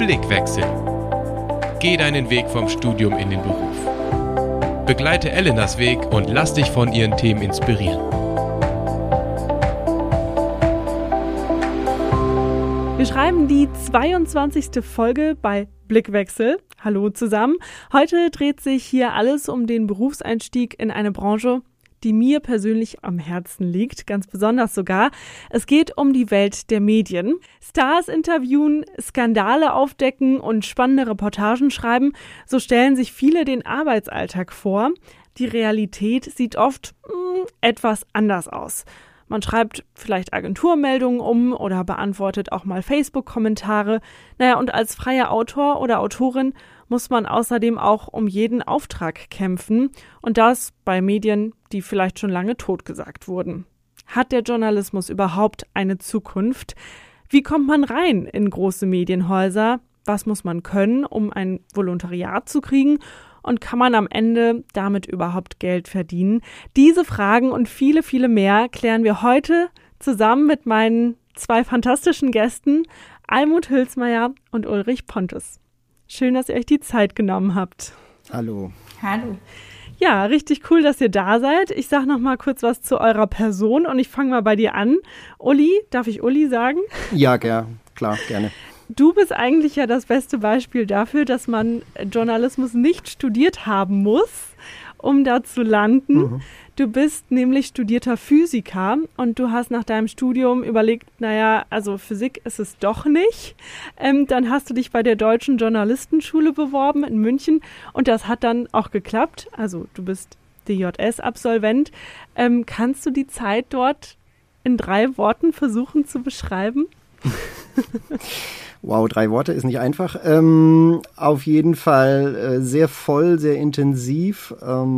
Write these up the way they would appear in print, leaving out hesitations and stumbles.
Blickwechsel. Geh deinen Weg vom Studium in den Beruf. Begleite Elenas Weg und lass dich von ihren Themen inspirieren. Wir schreiben die 22. Folge bei Blickwechsel. Hallo zusammen. Heute dreht sich hier alles um den Berufseinstieg in eine Branche, die mir persönlich am Herzen liegt, ganz besonders sogar. Es geht um die Welt der Medien. Stars interviewen, Skandale aufdecken und spannende Reportagen schreiben. So stellen sich viele den Arbeitsalltag vor. Die Realität sieht oft etwas anders aus. Man schreibt vielleicht Agenturmeldungen um oder beantwortet auch mal Facebook-Kommentare. Und als freier Autor oder Autorin muss man außerdem auch um jeden Auftrag kämpfen. Und das bei Medien, die vielleicht schon lange totgesagt wurden. Hat der Journalismus überhaupt eine Zukunft? Wie kommt man rein in große Medienhäuser? Was muss man können, um ein Volontariat zu kriegen? Und kann man am Ende damit überhaupt Geld verdienen? Diese Fragen und viele, viele mehr klären wir heute zusammen mit meinen zwei fantastischen Gästen, Almut Hülsmeyer und Ulrich Pontus. Schön, dass ihr euch die Zeit genommen habt. Hallo. Hallo. Ja, richtig cool, dass ihr da seid. Ich sage noch mal kurz was zu eurer Person und ich fange mal bei dir an. Uli, darf ich Uli sagen? Ja, klar, gerne. Du bist eigentlich ja das beste Beispiel dafür, dass man Journalismus nicht studiert haben muss, um da zu landen. Mhm. Du bist nämlich studierter Physiker und du hast nach deinem Studium überlegt, also Physik ist es doch nicht. Dann hast du dich bei der Deutschen Journalistenschule beworben in München und das hat dann auch geklappt. Also du bist DJS-Absolvent. Kannst du die Zeit dort in 3 Worten versuchen zu beschreiben? Wow, 3 Worte ist nicht einfach. Auf jeden Fall sehr voll, sehr intensiv,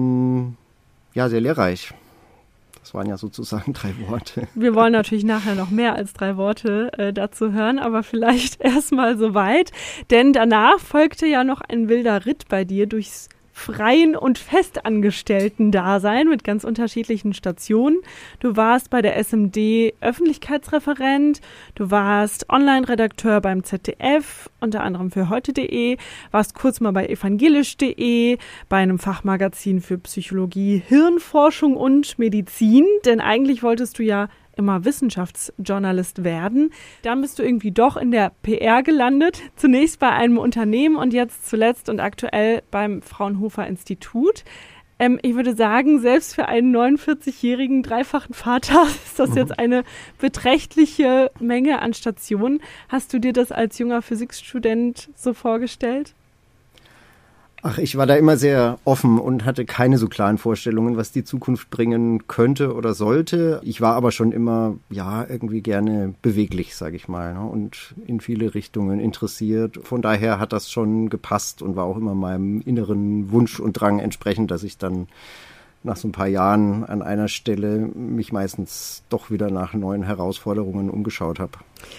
sehr lehrreich. Das waren ja sozusagen 3 Worte. Wir wollen natürlich nachher noch mehr als 3 Worte dazu hören, aber vielleicht erstmal soweit. Denn danach folgte ja noch ein wilder Ritt bei dir durchs freien und Festangestellten-Dasein mit ganz unterschiedlichen Stationen. Du warst bei der SMD Öffentlichkeitsreferent, du warst Online-Redakteur beim ZDF, unter anderem für heute.de, warst kurz mal bei evangelisch.de, bei einem Fachmagazin für Psychologie, Hirnforschung und Medizin, denn eigentlich wolltest du ja immer Wissenschaftsjournalist werden. Dann bist du irgendwie doch in der PR gelandet. Zunächst bei einem Unternehmen und jetzt zuletzt und aktuell beim Fraunhofer Institut. Ich würde sagen, selbst für einen 49-jährigen dreifachen Vater ist das jetzt eine beträchtliche Menge an Stationen. Hast du dir das als junger Physikstudent so vorgestellt? Ach, ich war da immer sehr offen und hatte keine so klaren Vorstellungen, was die Zukunft bringen könnte oder sollte. Ich war aber schon immer, irgendwie gerne beweglich, sage ich mal, und in viele Richtungen interessiert. Von daher hat das schon gepasst und war auch immer meinem inneren Wunsch und Drang entsprechend, dass ich dann nach so ein paar Jahren an einer Stelle mich meistens doch wieder nach neuen Herausforderungen umgeschaut habe.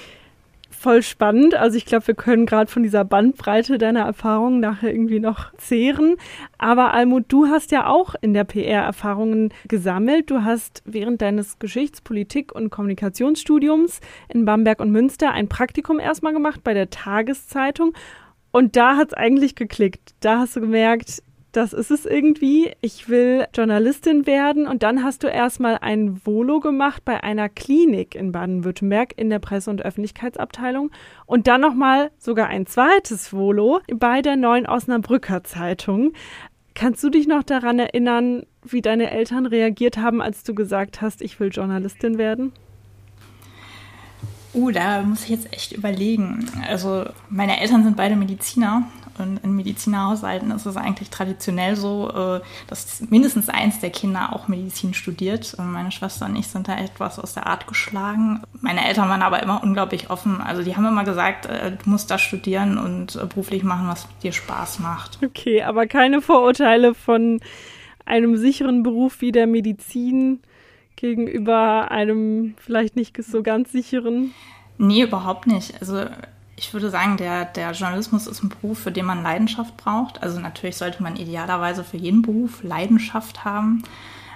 Voll spannend. Also ich glaube, wir können gerade von dieser Bandbreite deiner Erfahrungen nachher irgendwie noch zehren. Aber Almut, du hast ja auch in der PR Erfahrungen gesammelt. Du hast während deines Geschichts-, Politik- und Kommunikationsstudiums in Bamberg und Münster ein Praktikum erstmal gemacht bei der Tageszeitung. Und da hat es eigentlich geklickt. Da hast du gemerkt, das ist es irgendwie. Ich will Journalistin werden. Und dann hast du erstmal ein Volo gemacht bei einer Klinik in Baden-Württemberg in der Presse- und Öffentlichkeitsabteilung. Und dann nochmal sogar ein zweites Volo bei der Neuen Osnabrücker Zeitung. Kannst du dich noch daran erinnern, wie deine Eltern reagiert haben, als du gesagt hast, ich will Journalistin werden? Da muss ich jetzt echt überlegen. Also meine Eltern sind beide Mediziner und in Medizinerhaushalten ist es eigentlich traditionell so, dass mindestens eins der Kinder auch Medizin studiert. Meine Schwester und ich sind da etwas aus der Art geschlagen. Meine Eltern waren aber immer unglaublich offen. Also die haben immer gesagt, du musst da studieren und beruflich machen, was dir Spaß macht. Okay, aber keine Vorurteile von einem sicheren Beruf wie der Medizin gegenüber einem vielleicht nicht so ganz sicheren? Nee, überhaupt nicht. Also ich würde sagen, der Journalismus ist ein Beruf, für den man Leidenschaft braucht. Also natürlich sollte man idealerweise für jeden Beruf Leidenschaft haben.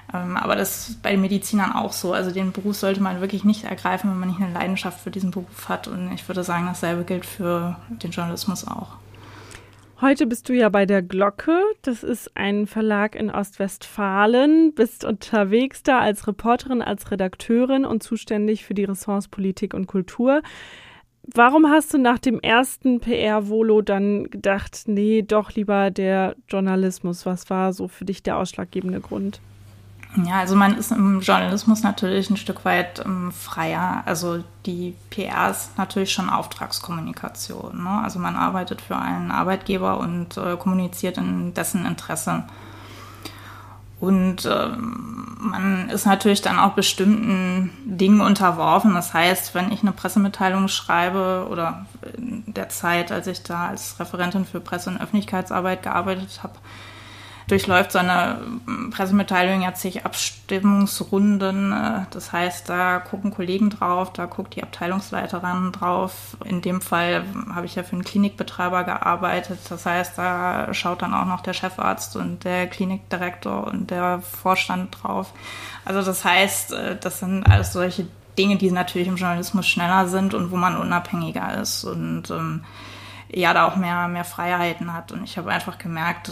Aber das ist bei den Medizinern auch so. Also den Beruf sollte man wirklich nicht ergreifen, wenn man nicht eine Leidenschaft für diesen Beruf hat. Und ich würde sagen, dasselbe gilt für den Journalismus auch. Heute bist du ja bei der Glocke. Das ist ein Verlag in Ostwestfalen. Bist unterwegs da als Reporterin, als Redakteurin und zuständig für die Ressorts Politik und Kultur. Warum hast du nach dem ersten PR-Volo dann gedacht, nee, doch lieber der Journalismus? Was war so für dich der ausschlaggebende Grund? Ja, also man ist im Journalismus natürlich ein Stück weit freier. Also die PR ist natürlich schon Auftragskommunikation, ne? Also man arbeitet für einen Arbeitgeber und kommuniziert in dessen Interesse. Und man ist natürlich dann auch bestimmten Dingen unterworfen. Das heißt, wenn ich eine Pressemitteilung schreibe oder in der Zeit, als ich da als Referentin für Presse- und Öffentlichkeitsarbeit gearbeitet habe, durchläuft so eine Pressemitteilung ja zig Abstimmungsrunden. Das heißt, da gucken Kollegen drauf, da guckt die Abteilungsleiterin drauf. In dem Fall habe ich ja für einen Klinikbetreiber gearbeitet. Das heißt, da schaut dann auch noch der Chefarzt und der Klinikdirektor und der Vorstand drauf. Also das heißt, das sind alles solche Dinge, die natürlich im Journalismus schneller sind und wo man unabhängiger ist und ja, da auch mehr Freiheiten hat. Und ich habe einfach gemerkt,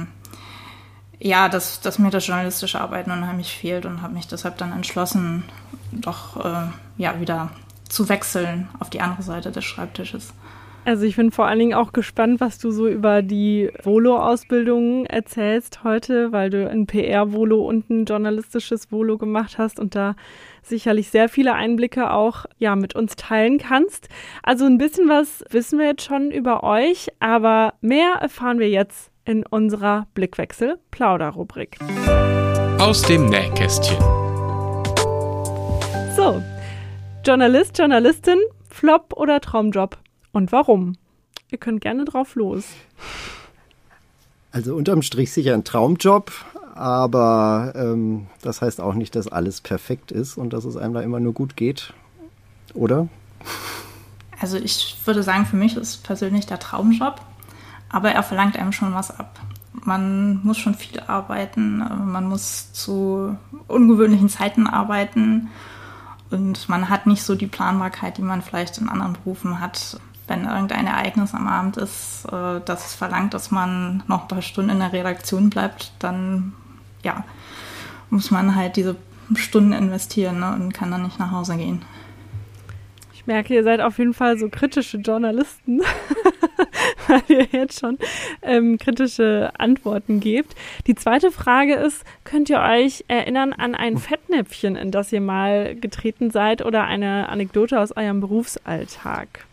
dass mir das journalistische Arbeiten unheimlich fehlt und habe mich deshalb dann entschlossen, doch wieder zu wechseln auf die andere Seite des Schreibtisches. Also ich bin vor allen Dingen auch gespannt, was du so über die Volo-Ausbildung erzählst heute, weil du ein PR-Volo und ein journalistisches Volo gemacht hast und da sicherlich sehr viele Einblicke auch mit uns teilen kannst. Also ein bisschen was wissen wir jetzt schon über euch, aber mehr erfahren wir jetzt in unserer Blickwechsel-Plauder-Rubrik. Aus dem Nähkästchen. So, Journalist, Journalistin, Flop oder Traumjob? Und warum? Ihr könnt gerne drauf los. Also unterm Strich sicher ein Traumjob, aber das heißt auch nicht, dass alles perfekt ist und dass es einem da immer nur gut geht, oder? Also ich würde sagen, für mich ist persönlich der Traumjob. Aber er verlangt einem schon was ab. Man muss schon viel arbeiten, man muss zu ungewöhnlichen Zeiten arbeiten und man hat nicht so die Planbarkeit, die man vielleicht in anderen Berufen hat. Wenn irgendein Ereignis am Abend ist, das es verlangt, dass man noch ein paar Stunden in der Redaktion bleibt, dann muss man halt diese Stunden investieren, ne, und kann dann nicht nach Hause gehen. Ich merke, ihr seid auf jeden Fall so kritische Journalisten, weil ihr jetzt schon kritische Antworten gebt. Die zweite Frage ist, könnt ihr euch erinnern an ein Fettnäpfchen, in das ihr mal getreten seid oder eine Anekdote aus eurem Berufsalltag?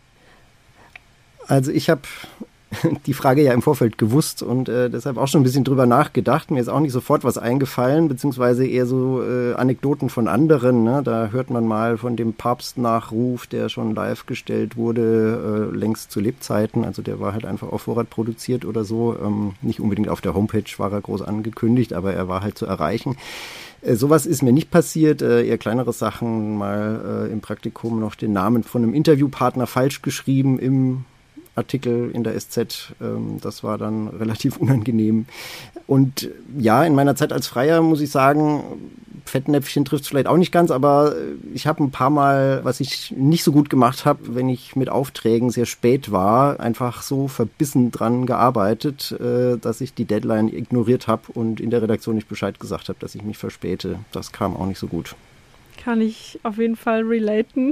Also ich habe die Frage ja im Vorfeld gewusst und deshalb auch schon ein bisschen drüber nachgedacht. Mir ist auch nicht sofort was eingefallen, beziehungsweise eher so Anekdoten von anderen. Ne? Da hört man mal von dem Papstnachruf, der schon live gestellt wurde, längst zu Lebzeiten. Also der war halt einfach auf Vorrat produziert oder so. Nicht unbedingt auf der Homepage war er groß angekündigt, aber er war halt zu erreichen. Sowas ist mir nicht passiert, eher kleinere Sachen, mal im Praktikum noch den Namen von einem Interviewpartner falsch geschrieben im Artikel in der SZ, das war dann relativ unangenehm. Und ja, in meiner Zeit als Freier muss ich sagen, Fettnäpfchen trifft es vielleicht auch nicht ganz, aber ich habe ein paar Mal, was ich nicht so gut gemacht habe, wenn ich mit Aufträgen sehr spät war, einfach so verbissen dran gearbeitet, dass ich die Deadline ignoriert habe und in der Redaktion nicht Bescheid gesagt habe, dass ich mich verspäte. Das kam auch nicht so gut. Kann ich auf jeden Fall relaten.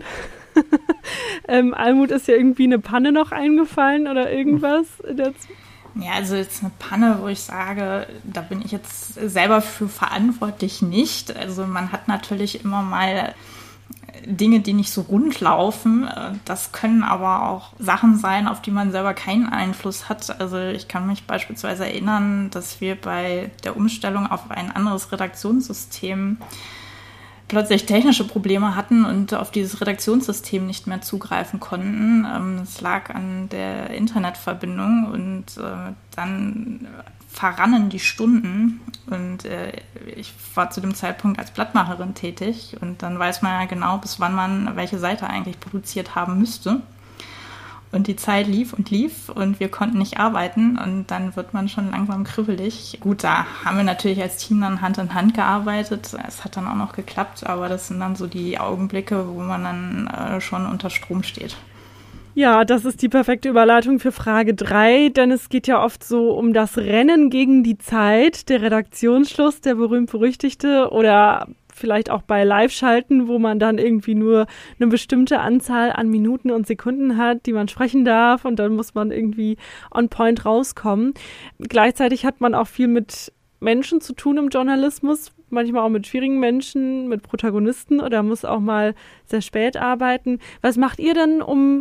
Almut, ist ja irgendwie eine Panne noch eingefallen oder irgendwas? Ja, also jetzt eine Panne, wo ich sage, da bin ich jetzt selber für verantwortlich nicht. Also man hat natürlich immer mal Dinge, die nicht so rund laufen. Das können aber auch Sachen sein, auf die man selber keinen Einfluss hat. Also ich kann mich beispielsweise erinnern, dass wir bei der Umstellung auf ein anderes Redaktionssystem plötzlich technische Probleme hatten und auf dieses Redaktionssystem nicht mehr zugreifen konnten. Es lag an der Internetverbindung und dann verrannen die Stunden und ich war zu dem Zeitpunkt als Blattmacherin tätig und dann weiß man ja genau, bis wann man welche Seite eigentlich produziert haben müsste. Und die Zeit lief und wir konnten nicht arbeiten und dann wird man schon langsam kribbelig. Gut, da haben wir natürlich als Team dann Hand in Hand gearbeitet. Es hat dann auch noch geklappt, aber das sind dann so die Augenblicke, wo man dann schon unter Strom steht. Ja, das ist die perfekte Überleitung für Frage 3, denn es geht ja oft so um das Rennen gegen die Zeit, der Redaktionsschluss, der berühmt-berüchtigte oder vielleicht auch bei Live-Schalten, wo man dann irgendwie nur eine bestimmte Anzahl an Minuten und Sekunden hat, die man sprechen darf und dann muss man irgendwie on point rauskommen. Gleichzeitig hat man auch viel mit Menschen zu tun im Journalismus, manchmal auch mit schwierigen Menschen, mit Protagonisten oder muss auch mal sehr spät arbeiten. Was macht ihr denn, um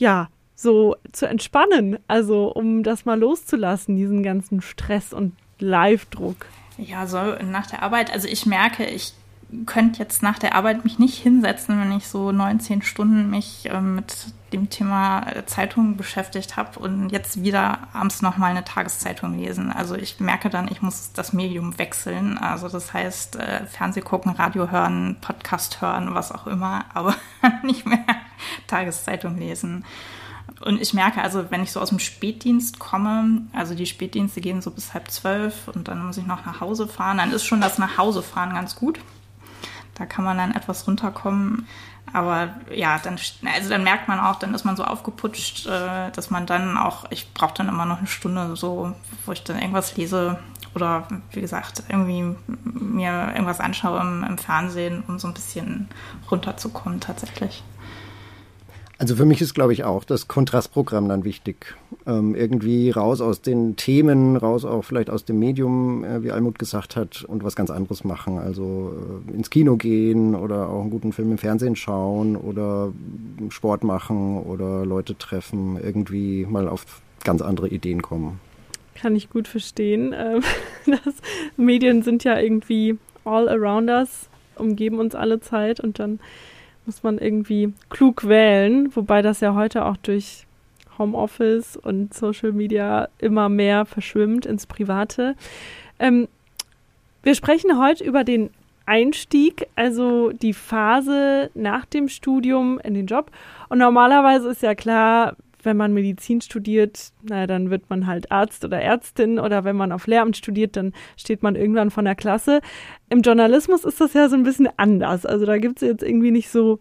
so zu entspannen, also um das mal loszulassen, diesen ganzen Stress und Live-Druck? Ja, so nach der Arbeit, also ich merke, ich könnte jetzt nach der Arbeit mich nicht hinsetzen, wenn ich so 19 Stunden mich mit dem Thema Zeitung beschäftigt habe und jetzt wieder abends nochmal eine Tageszeitung lesen. Also ich merke dann, ich muss das Medium wechseln. Also das heißt, Fernseh gucken, Radio hören, Podcast hören, was auch immer, aber nicht mehr Tageszeitung lesen. Und ich merke, also wenn ich so aus dem Spätdienst komme, also die Spätdienste gehen so bis 11:30 und dann muss ich noch nach Hause fahren, dann ist schon das Nachhausefahren ganz gut. Da kann man dann etwas runterkommen. Aber ja, dann merkt man auch, dann ist man so aufgeputscht, dass man dann auch, ich brauche dann immer noch eine Stunde so, wo ich dann irgendwas lese oder wie gesagt, irgendwie mir irgendwas anschaue im Fernsehen, um so ein bisschen runterzukommen tatsächlich. Also für mich ist, glaube ich, auch das Kontrastprogramm dann wichtig. Irgendwie raus aus den Themen, raus auch vielleicht aus dem Medium, wie Almut gesagt hat, und was ganz anderes machen. Also ins Kino gehen oder auch einen guten Film im Fernsehen schauen oder Sport machen oder Leute treffen, irgendwie mal auf ganz andere Ideen kommen. Kann ich gut verstehen. Medien sind ja irgendwie all around us, umgeben uns alle Zeit und dann muss man irgendwie klug wählen, wobei das ja heute auch durch Homeoffice und Social Media immer mehr verschwimmt ins Private. Wir sprechen heute über den Einstieg, also die Phase nach dem Studium in den Job. Und normalerweise ist ja klar, wenn man Medizin studiert, dann wird man halt Arzt oder Ärztin oder wenn man auf Lehramt studiert, dann steht man irgendwann von der Klasse. Im Journalismus ist das ja so ein bisschen anders. Also da gibt es jetzt irgendwie nicht so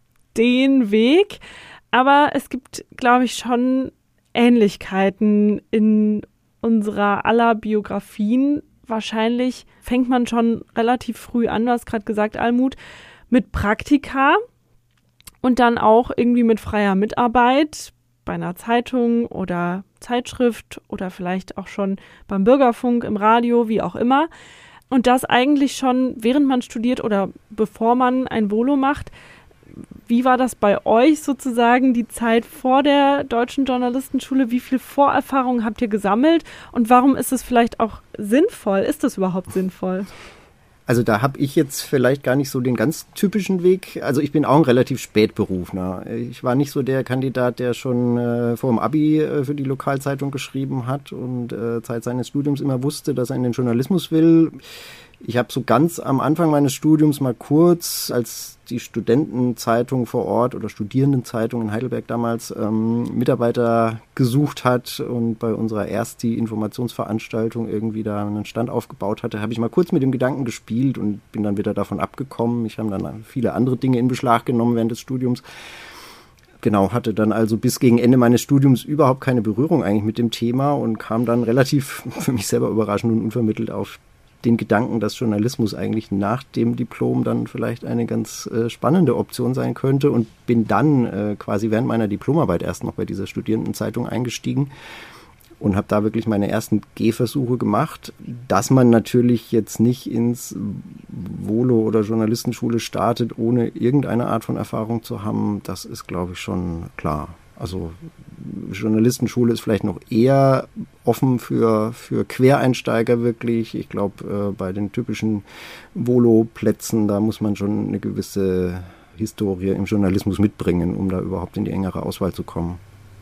den Weg, aber es gibt, glaube ich, schon Ähnlichkeiten in unserer aller Biografien. Wahrscheinlich fängt man schon relativ früh an, du hast gerade gesagt, Almut, mit Praktika und dann auch irgendwie mit freier Mitarbeit bei einer Zeitung oder Zeitschrift oder vielleicht auch schon beim Bürgerfunk, im Radio, wie auch immer. Und das eigentlich schon, während man studiert oder bevor man ein Volo macht. Wie war das bei euch sozusagen, die Zeit vor der Deutschen Journalistenschule? Wie viel Vorerfahrung habt ihr gesammelt? Und warum ist es vielleicht auch sinnvoll? Ist das überhaupt sinnvoll? Also da habe ich jetzt vielleicht gar nicht so den ganz typischen Weg. Also ich bin auch ein relativ Spätberufener. Ich war nicht so der Kandidat, der schon vor dem Abi für die Lokalzeitung geschrieben hat und Zeit seines Studiums immer wusste, dass er in den Journalismus will. Ich habe so ganz am Anfang meines Studiums mal kurz, als die Studentenzeitung vor Ort oder Studierendenzeitung in Heidelberg damals Mitarbeiter gesucht hat und bei unserer Informationsveranstaltung irgendwie da einen Stand aufgebaut hatte, habe ich mal kurz mit dem Gedanken gespielt und bin dann wieder davon abgekommen. Ich habe dann viele andere Dinge in Beschlag genommen während des Studiums. Genau, hatte dann also bis gegen Ende meines Studiums überhaupt keine Berührung eigentlich mit dem Thema und kam dann relativ für mich selber überraschend und unvermittelt auf den Gedanken, dass Journalismus eigentlich nach dem Diplom dann vielleicht eine ganz spannende Option sein könnte und bin dann quasi während meiner Diplomarbeit erst noch bei dieser Studierendenzeitung eingestiegen und habe da wirklich meine ersten Gehversuche gemacht. Dass man natürlich jetzt nicht ins Volo oder Journalistenschule startet, ohne irgendeine Art von Erfahrung zu haben, das ist, glaube ich, schon klar. Also Journalistenschule ist vielleicht noch eher offen für Quereinsteiger wirklich. Ich glaube, bei den typischen Volo-Plätzen, da muss man schon eine gewisse Historie im Journalismus mitbringen, um da überhaupt in die engere Auswahl zu kommen.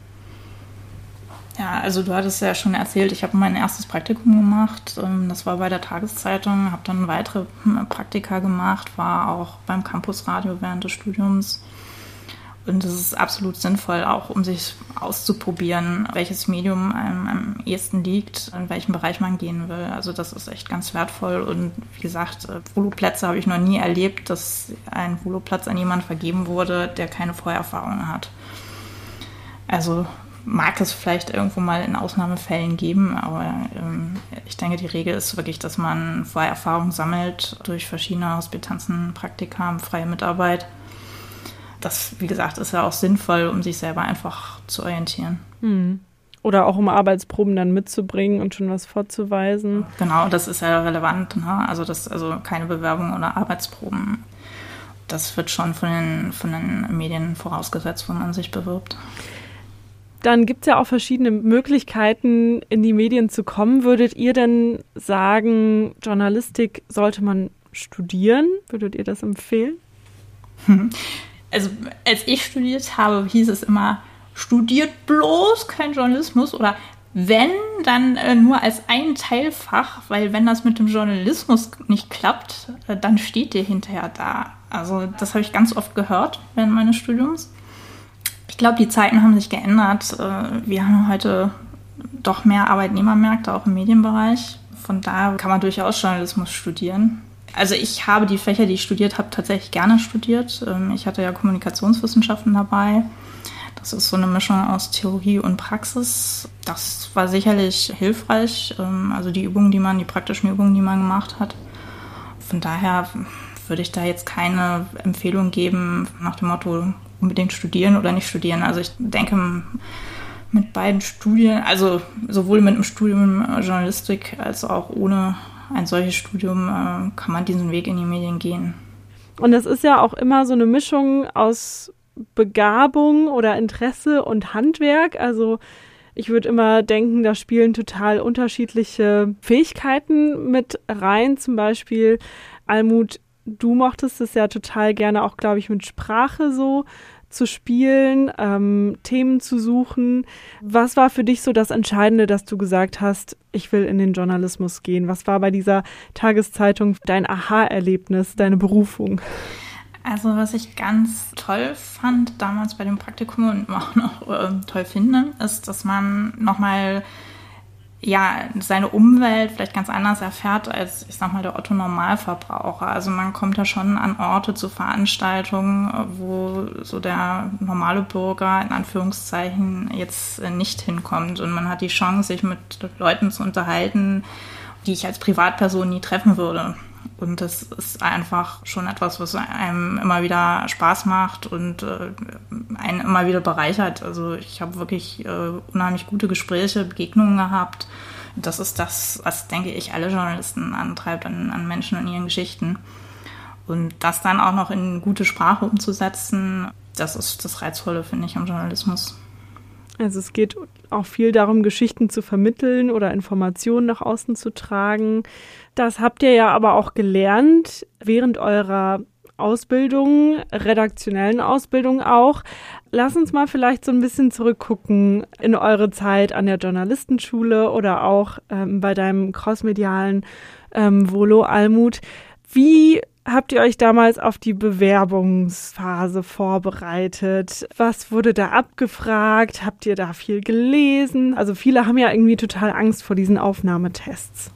Ja, also du hattest ja schon erzählt, ich habe mein erstes Praktikum gemacht. Das war bei der Tageszeitung, habe dann weitere Praktika gemacht, war auch beim Campusradio während des Studiums. Und es ist absolut sinnvoll, auch um sich auszuprobieren, welches Medium einem am ehesten liegt, in welchem Bereich man gehen will. Also das ist echt ganz wertvoll. Und wie gesagt, Voloplätze habe ich noch nie erlebt, dass ein Voloplatz an jemanden vergeben wurde, der keine Vorerfahrung hat. Also mag es vielleicht irgendwo mal in Ausnahmefällen geben, aber ich denke, die Regel ist wirklich, dass man Vorerfahrung sammelt durch verschiedene Hospitanzen, Praktika, freie Mitarbeit. Das, wie gesagt, ist ja auch sinnvoll, um sich selber einfach zu orientieren. Oder auch um Arbeitsproben dann mitzubringen und schon was vorzuweisen. Genau, das ist ja relevant, ne? Also keine Bewerbung oder Arbeitsproben. Das wird schon von den Medien vorausgesetzt, wo man sich bewirbt. Dann gibt es ja auch verschiedene Möglichkeiten, in die Medien zu kommen. Würdet ihr denn sagen, Journalistik sollte man studieren? Würdet ihr das empfehlen? Also als ich studiert habe, hieß es immer, studiert bloß kein Journalismus oder wenn, dann nur als ein Teilfach, weil wenn das mit dem Journalismus nicht klappt, dann steht ihr hinterher da. Also das habe ich ganz oft gehört während meines Studiums. Ich glaube, die Zeiten haben sich geändert. Wir haben heute doch mehr Arbeitnehmermärkte, auch im Medienbereich. Von daher kann man durchaus Journalismus studieren. Also ich habe die Fächer, die ich studiert habe, tatsächlich gerne studiert. Ich hatte ja Kommunikationswissenschaften dabei. Das ist so eine Mischung aus Theorie und Praxis. Das war sicherlich hilfreich. Also die praktischen Übungen, die man gemacht hat. Von daher würde ich da jetzt keine Empfehlung geben nach dem Motto unbedingt studieren oder nicht studieren. Also ich denke, mit beiden Studien, also sowohl mit einem Studium Journalistik als auch ohne ein solches Studium kann man diesen Weg in die Medien gehen. Und es ist ja auch immer so eine Mischung aus Begabung oder Interesse und Handwerk. Also ich würde immer denken, da spielen total unterschiedliche Fähigkeiten mit rein. Zum Beispiel, Almut, du mochtest es ja total gerne auch, glaube ich, mit Sprache so zu spielen, Themen zu suchen. Was war für dich so das Entscheidende, dass du gesagt hast, ich will in den Journalismus gehen? Was war bei dieser Tageszeitung dein Aha-Erlebnis, deine Berufung? Also was ich ganz toll fand damals bei dem Praktikum und auch noch toll finde, ist, dass man nochmal seine Umwelt vielleicht ganz anders erfährt als, ich sag mal, der Otto-Normalverbraucher. Also man kommt da schon an Orte zu Veranstaltungen, wo so der normale Bürger in Anführungszeichen jetzt nicht hinkommt. Und man hat die Chance, sich mit Leuten zu unterhalten, die ich als Privatperson nie treffen würde. Und das ist einfach schon etwas, was einem immer wieder Spaß macht und einen immer wieder bereichert. Also ich habe wirklich unheimlich gute Gespräche, Begegnungen gehabt. Das ist das, was, denke ich, alle Journalisten antreibt an Menschen und ihren Geschichten. Und das dann auch noch in gute Sprache umzusetzen, das ist das Reizvolle, finde ich, am Journalismus. Also es geht auch viel darum, Geschichten zu vermitteln oder Informationen nach außen zu tragen. Das habt ihr ja aber auch gelernt während eurer Ausbildung, redaktionellen Ausbildung auch. Lass uns mal vielleicht so ein bisschen zurückgucken in eure Zeit an der Journalistenschule oder auch bei deinem crossmedialen Volo, Almut. Wie habt ihr euch damals auf die Bewerbungsphase vorbereitet? Was wurde da abgefragt? Habt ihr da viel gelesen? Also viele haben ja irgendwie total Angst vor diesen Aufnahmetests.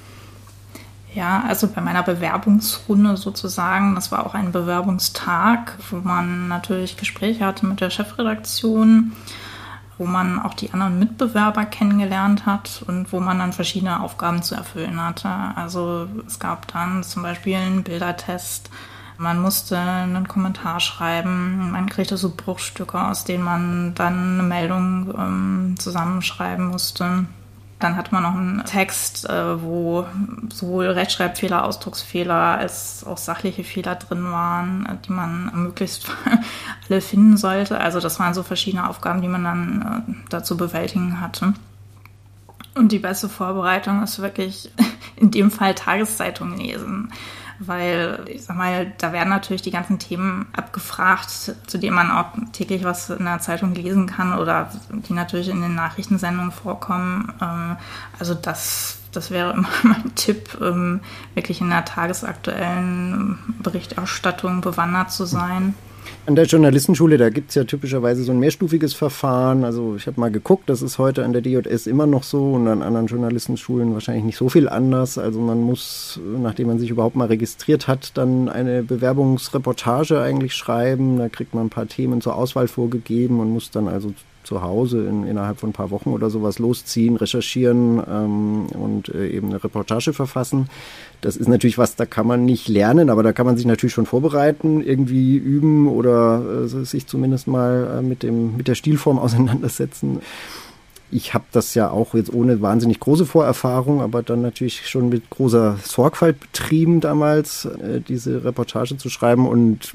Ja, also bei meiner Bewerbungsrunde sozusagen, das war auch ein Bewerbungstag, wo man natürlich Gespräche hatte mit der Chefredaktion, wo man auch die anderen Mitbewerber kennengelernt hat und wo man dann verschiedene Aufgaben zu erfüllen hatte. Also es gab dann zum Beispiel einen Bildertest, man musste einen Kommentar schreiben, man kriegte so Bruchstücke, aus denen man dann eine Meldung zusammenschreiben musste. Dann hatte man noch einen Text, wo sowohl Rechtschreibfehler, Ausdrucksfehler als auch sachliche Fehler drin waren, die man möglichst alle finden sollte. Also das waren so verschiedene Aufgaben, die man dann dazu bewältigen hatte. Und die beste Vorbereitung ist wirklich in dem Fall Tageszeitungen lesen. Weil, ich sag mal, da werden natürlich die ganzen Themen abgefragt, zu denen man auch täglich was in der Zeitung lesen kann oder die natürlich in den Nachrichtensendungen vorkommen. Also das wäre immer mein Tipp, wirklich in der tagesaktuellen Berichterstattung bewandert zu sein. An der Journalistenschule, da gibt es ja typischerweise so ein mehrstufiges Verfahren. Also ich habe mal geguckt, das ist heute an der DJS immer noch so und an anderen Journalistenschulen wahrscheinlich nicht so viel anders. Also man muss, nachdem man sich überhaupt mal registriert hat, dann eine Bewerbungsreportage eigentlich schreiben. Da kriegt man ein paar Themen zur Auswahl vorgegeben und muss dann also zu Hause innerhalb von ein paar Wochen oder sowas losziehen, recherchieren und eben eine Reportage verfassen. Das ist natürlich was, da kann man nicht lernen, aber da kann man sich natürlich schon vorbereiten, irgendwie üben oder sich zumindest mal mit der Stilform auseinandersetzen. Ich habe das ja auch jetzt ohne wahnsinnig große Vorerfahrung, aber dann natürlich schon mit großer Sorgfalt betrieben damals, diese Reportage zu schreiben und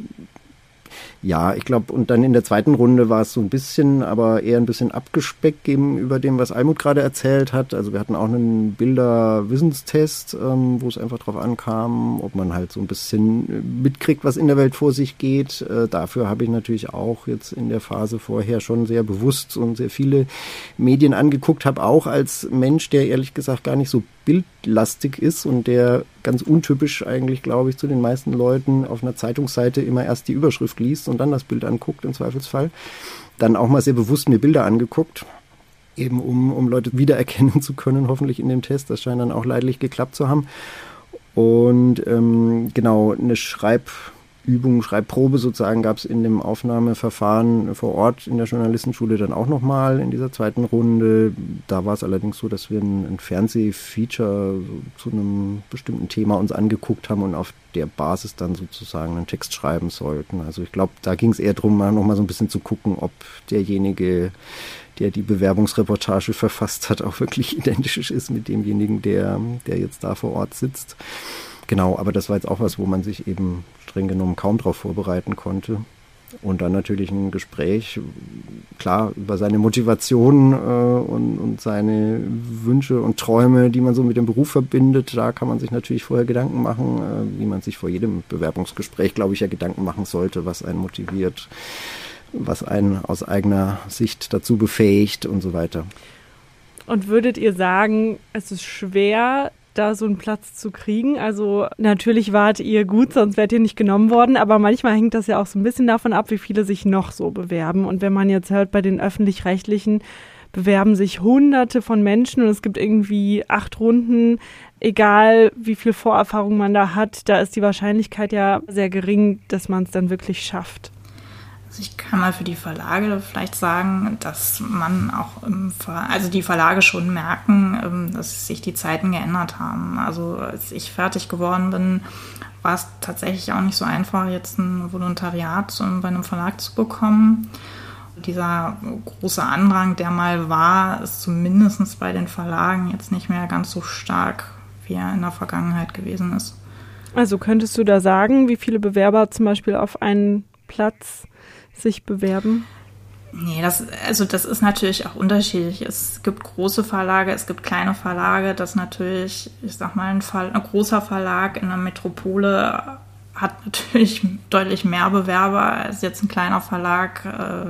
ja, ich glaube, und dann in der zweiten Runde war es so ein bisschen, aber eher ein bisschen abgespeckt gegenüber dem, was Almut gerade erzählt hat. Also wir hatten auch einen Bilderwissenstest, wo es einfach drauf ankam, ob man halt so ein bisschen mitkriegt, was in der Welt vor sich geht. Dafür habe ich natürlich auch jetzt in der Phase vorher schon sehr bewusst und sehr viele Medien angeguckt, habe auch als Mensch, der ehrlich gesagt gar nicht so bildlastig ist und der ganz untypisch eigentlich, glaube ich, zu den meisten Leuten auf einer Zeitungsseite immer erst die Überschrift liest und dann das Bild anguckt im Zweifelsfall. Dann auch mal sehr bewusst mir Bilder angeguckt, eben um Leute wiedererkennen zu können, hoffentlich in dem Test. Das scheint dann auch leidlich geklappt zu haben. Und genau, eine Schreibprobe sozusagen gab es in dem Aufnahmeverfahren vor Ort in der Journalistenschule dann auch nochmal in dieser zweiten Runde. Da war es allerdings so, dass wir ein Fernsehfeature zu einem bestimmten Thema uns angeguckt haben und auf der Basis dann sozusagen einen Text schreiben sollten. Also ich glaube, da ging es eher darum, mal nochmal so ein bisschen zu gucken, ob derjenige, der die Bewerbungsreportage verfasst hat, auch wirklich identisch ist mit demjenigen, der jetzt da vor Ort sitzt. Genau, aber das war jetzt auch was, wo man sich eben streng genommen kaum darauf vorbereiten konnte. Und dann natürlich ein Gespräch, klar, über seine Motivation und seine Wünsche und Träume, die man so mit dem Beruf verbindet. Da kann man sich natürlich vorher Gedanken machen, wie man sich vor jedem Bewerbungsgespräch, glaube ich, ja Gedanken machen sollte, was einen motiviert, was einen aus eigener Sicht dazu befähigt und so weiter. Und würdet ihr sagen, es ist schwer, da so einen Platz zu kriegen? Also natürlich wart ihr gut, sonst wärt ihr nicht genommen worden, aber manchmal hängt das ja auch so ein bisschen davon ab, wie viele sich noch so bewerben. Und wenn man jetzt hört, bei den Öffentlich-Rechtlichen bewerben sich Hunderte von Menschen und es gibt irgendwie 8 Runden, egal wie viel Vorerfahrung man da hat, da ist die Wahrscheinlichkeit ja sehr gering, dass man es dann wirklich schafft. Also ich kann mal für die Verlage vielleicht sagen, dass man auch also die Verlage schon merken, dass sich die Zeiten geändert haben. Also als ich fertig geworden bin, war es tatsächlich auch nicht so einfach, jetzt ein Volontariat bei einem Verlag zu bekommen. Dieser große Andrang, der mal war, ist zumindest bei den Verlagen jetzt nicht mehr ganz so stark, wie er in der Vergangenheit gewesen ist. Also könntest du da sagen, wie viele Bewerber zum Beispiel auf einen Platz sich bewerben? Nee, das ist natürlich auch unterschiedlich. Es gibt große Verlage, es gibt kleine Verlage. Das natürlich, ich sag mal, ein großer Verlag in einer Metropole hat natürlich deutlich mehr Bewerber als jetzt ein kleiner Verlag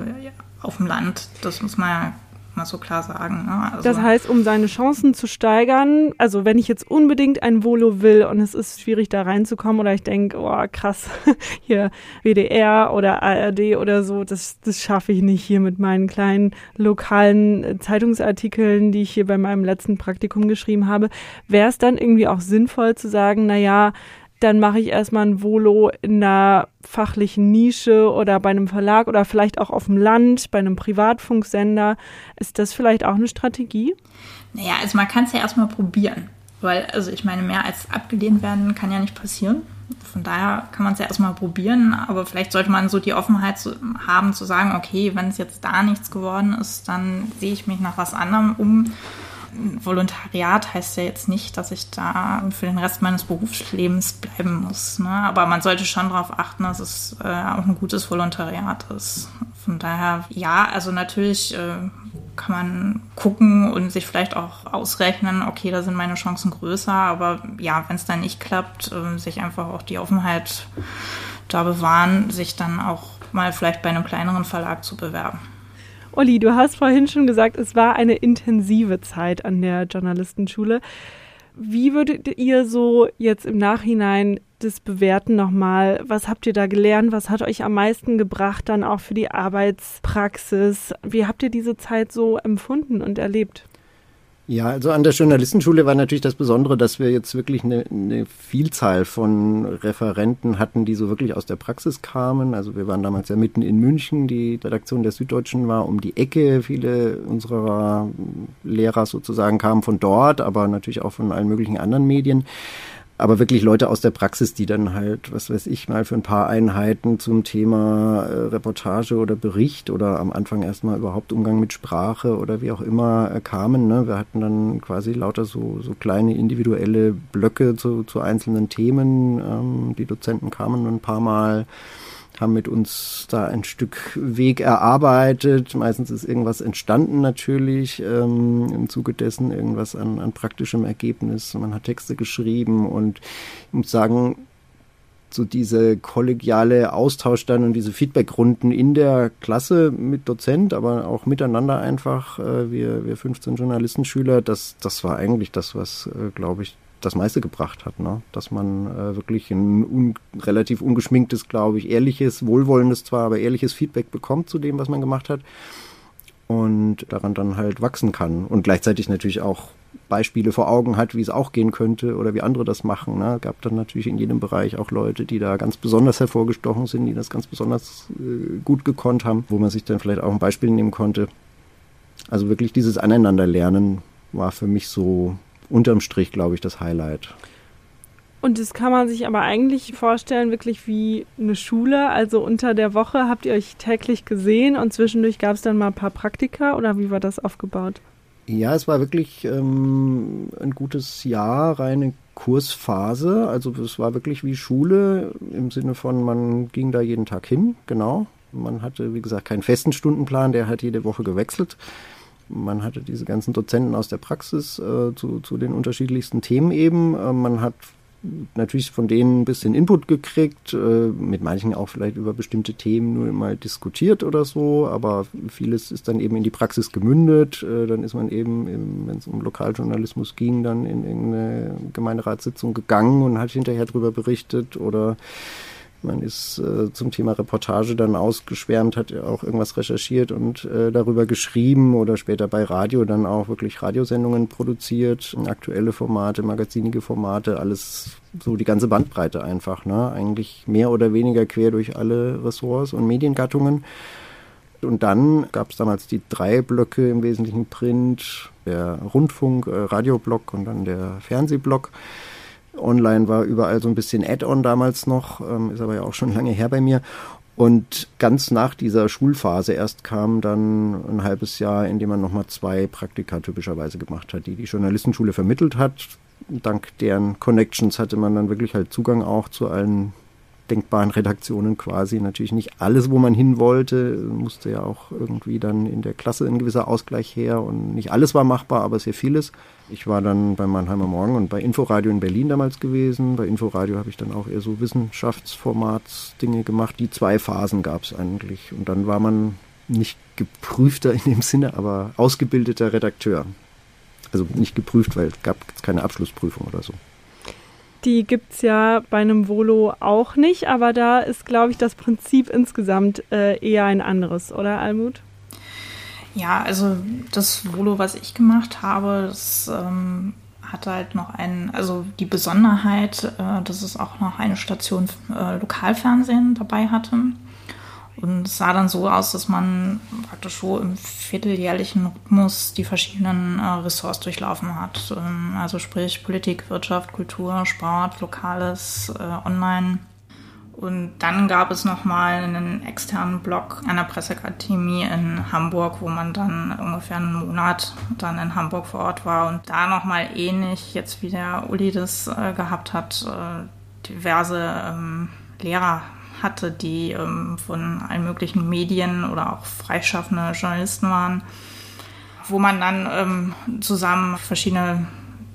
auf dem Land. Das muss man ja mal so klar sagen. Ne? Also das heißt, um seine Chancen zu steigern, also wenn ich jetzt unbedingt ein Volo will und es ist schwierig da reinzukommen oder ich denke, oh krass, hier WDR oder ARD oder so, das schaffe ich nicht hier mit meinen kleinen lokalen Zeitungsartikeln, die ich hier bei meinem letzten Praktikum geschrieben habe, wäre es dann irgendwie auch sinnvoll zu sagen, naja, dann mache ich erstmal ein Volo in einer fachlichen Nische oder bei einem Verlag oder vielleicht auch auf dem Land, bei einem Privatfunksender. Ist das vielleicht auch eine Strategie? Naja, also man kann es ja erstmal probieren, weil, also ich meine, mehr als abgelehnt werden kann ja nicht passieren. Von daher kann man es ja erstmal probieren, aber vielleicht sollte man so die Offenheit haben zu sagen, okay, wenn es jetzt da nichts geworden ist, dann sehe ich mich nach was anderem um. Volontariat heißt ja jetzt nicht, dass ich da für den Rest meines Berufslebens bleiben muss. Ne? Aber man sollte schon darauf achten, dass es auch ein gutes Volontariat ist. Von daher, ja, also natürlich kann man gucken und sich vielleicht auch ausrechnen, okay, da sind meine Chancen größer. Aber ja, wenn es dann nicht klappt, sich einfach auch die Offenheit da bewahren, sich dann auch mal vielleicht bei einem kleineren Verlag zu bewerben. Olli, du hast vorhin schon gesagt, es war eine intensive Zeit an der Journalistenschule. Wie würdet ihr so jetzt im Nachhinein das Bewerten nochmal. Was habt ihr da gelernt? Was hat euch am meisten gebracht dann auch für die Arbeitspraxis? Wie habt ihr diese Zeit so empfunden und erlebt? Ja, also an der Journalistenschule war natürlich das Besondere, dass wir jetzt wirklich eine Vielzahl von Referenten hatten, die so wirklich aus der Praxis kamen. Also wir waren damals ja mitten in München, die Redaktion der Süddeutschen war um die Ecke. Viele unserer Lehrer sozusagen kamen von dort, aber natürlich auch von allen möglichen anderen Medien. Aber wirklich Leute aus der Praxis, die dann halt, was weiß ich, mal für ein paar Einheiten zum Thema Reportage oder Bericht oder am Anfang erstmal überhaupt Umgang mit Sprache oder wie auch immer kamen. Ne? Wir hatten dann quasi lauter so kleine individuelle Blöcke zu einzelnen Themen. Die Dozenten kamen ein paar Mal, haben mit uns da ein Stück Weg erarbeitet. Meistens ist irgendwas entstanden natürlich, im Zuge dessen irgendwas an praktischem Ergebnis. Man hat Texte geschrieben und ich muss sagen, so diese kollegiale Austausch dann und diese Feedbackrunden in der Klasse mit Dozent, aber auch miteinander einfach, wir 15 Journalistenschüler, das war eigentlich das, was, glaube ich, das meiste gebracht hat, ne? Dass man wirklich ein relativ ungeschminktes, glaube ich, ehrliches, wohlwollendes zwar, aber ehrliches Feedback bekommt zu dem, was man gemacht hat und daran dann halt wachsen kann und gleichzeitig natürlich auch Beispiele vor Augen hat, wie es auch gehen könnte oder wie andere das machen. Ne? Gab dann natürlich in jedem Bereich auch Leute, die da ganz besonders hervorgestochen sind, die das ganz besonders gut gekonnt haben, wo man sich dann vielleicht auch ein Beispiel nehmen konnte. Also wirklich dieses Aneinanderlernen war für mich so unterm Strich, glaube ich, das Highlight. Und das kann man sich aber eigentlich vorstellen, wirklich wie eine Schule. Also unter der Woche habt ihr euch täglich gesehen und zwischendurch gab es dann mal ein paar Praktika oder wie war das aufgebaut? Ja, es war wirklich ein gutes Jahr, reine Kursphase. Also es war wirklich wie Schule im Sinne von, man ging da jeden Tag hin, genau. Man hatte, wie gesagt, keinen festen Stundenplan, der hat jede Woche gewechselt. Man hatte diese ganzen Dozenten aus der Praxis zu den unterschiedlichsten Themen eben. Man hat natürlich von denen ein bisschen Input gekriegt, mit manchen auch vielleicht über bestimmte Themen nur mal diskutiert oder so, aber vieles ist dann eben in die Praxis gemündet. Dann ist man eben, wenn es um Lokaljournalismus ging, dann in irgendeine Gemeinderatssitzung gegangen und hat hinterher darüber berichtet oder man ist zum Thema Reportage dann ausgeschwärmt, hat auch irgendwas recherchiert und darüber geschrieben oder später bei Radio dann auch wirklich Radiosendungen produziert, aktuelle Formate, magazinige Formate, alles so die ganze Bandbreite einfach, ne? Eigentlich mehr oder weniger quer durch alle Ressorts und Mediengattungen. Und dann gab es damals die 3 Blöcke im Wesentlichen Print, der Rundfunk, Radioblock und dann der Fernsehblock. Online war überall so ein bisschen Add-on damals noch, ist aber ja auch schon lange her bei mir. Und ganz nach dieser Schulphase erst kam dann ein halbes Jahr, in dem man nochmal 2 Praktika typischerweise gemacht hat, die Journalistenschule vermittelt hat. Dank deren Connections hatte man dann wirklich halt Zugang auch zu allen denkbaren Redaktionen quasi. Natürlich nicht alles, wo man hin wollte, musste ja auch irgendwie dann in der Klasse ein gewisser Ausgleich her und nicht alles war machbar, aber sehr vieles. Ich war dann bei Mannheimer Morgen und bei Inforadio in Berlin damals gewesen. Bei Inforadio habe ich dann auch eher so Wissenschaftsformatsdinge gemacht. Die 2 Phasen gab es eigentlich. Und dann war man nicht geprüfter in dem Sinne, aber ausgebildeter Redakteur. Also nicht geprüft, weil es gab keine Abschlussprüfung oder so. Die gibt es ja bei einem Volo auch nicht, aber da ist, glaube ich, das Prinzip insgesamt eher ein anderes, oder Almut? Ja, also das Volo, was ich gemacht habe, das hatte halt noch die Besonderheit, dass es auch noch eine Station Lokalfernsehen dabei hatte. Und es sah dann so aus, dass man praktisch so im vierteljährlichen Rhythmus die verschiedenen Ressorts durchlaufen hat. Also sprich Politik, Wirtschaft, Kultur, Sport, Lokales, Online. Und dann gab es nochmal einen externen Blog einer Presseakademie in Hamburg, wo man dann ungefähr einen Monat dann in Hamburg vor Ort war und da nochmal ähnlich, jetzt wie der Uli das gehabt hat, diverse Lehrer hatte, die von allen möglichen Medien oder auch freischaffende Journalisten waren, wo man dann zusammen verschiedene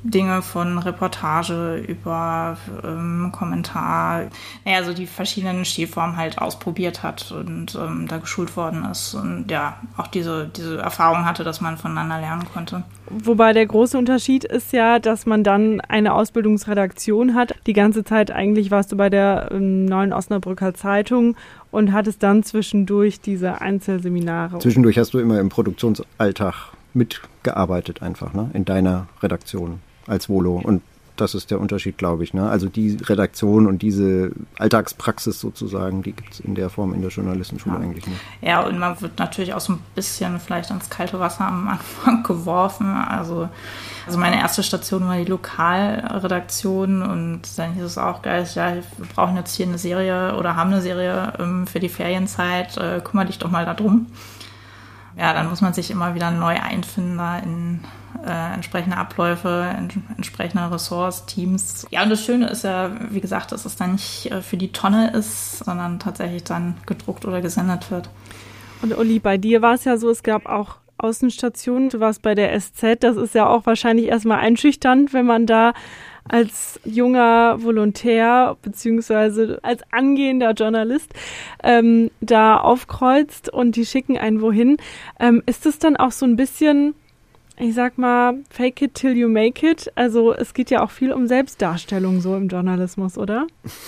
Dinge von Reportage über Kommentar, so die verschiedenen Stilformen halt ausprobiert hat und da geschult worden ist und ja, auch diese Erfahrung hatte, dass man voneinander lernen konnte. Wobei der große Unterschied ist ja, dass man dann eine Ausbildungsredaktion hat. Die ganze Zeit eigentlich warst du bei der Neuen Osnabrücker Zeitung und hattest dann zwischendurch diese Einzelseminare. Zwischendurch hast du immer im Produktionsalltag mitgearbeitet einfach, ne? In deiner Redaktion als Volo. Und das ist der Unterschied, glaube ich, ne? Also die Redaktion und diese Alltagspraxis sozusagen, die gibt es in der Form in der Journalistenschule eigentlich nicht. Ja, und man wird natürlich auch so ein bisschen vielleicht ins kalte Wasser am Anfang geworfen. Also meine erste Station war die Lokalredaktion und dann hieß es auch gleich, ja, wir brauchen jetzt hier eine Serie oder haben eine Serie für die Ferienzeit, kümmere dich doch mal darum. Ja, dann muss man sich immer wieder neu einfinden da in entsprechende Abläufe, entsprechende Ressorts, Teams. Ja, und das Schöne ist ja, wie gesagt, dass es dann nicht für die Tonne ist, sondern tatsächlich dann gedruckt oder gesendet wird. Und Uli, bei dir war es ja so, es gab auch Außenstationen. Du warst bei der SZ. Das ist ja auch wahrscheinlich erstmal einschüchternd, wenn man da als junger Volontär beziehungsweise als angehender Journalist da aufkreuzt und die schicken einen wohin. Ist es dann auch so ein bisschen, ich sag mal, fake it till you make it? Also es geht ja auch viel um Selbstdarstellung so im Journalismus, oder?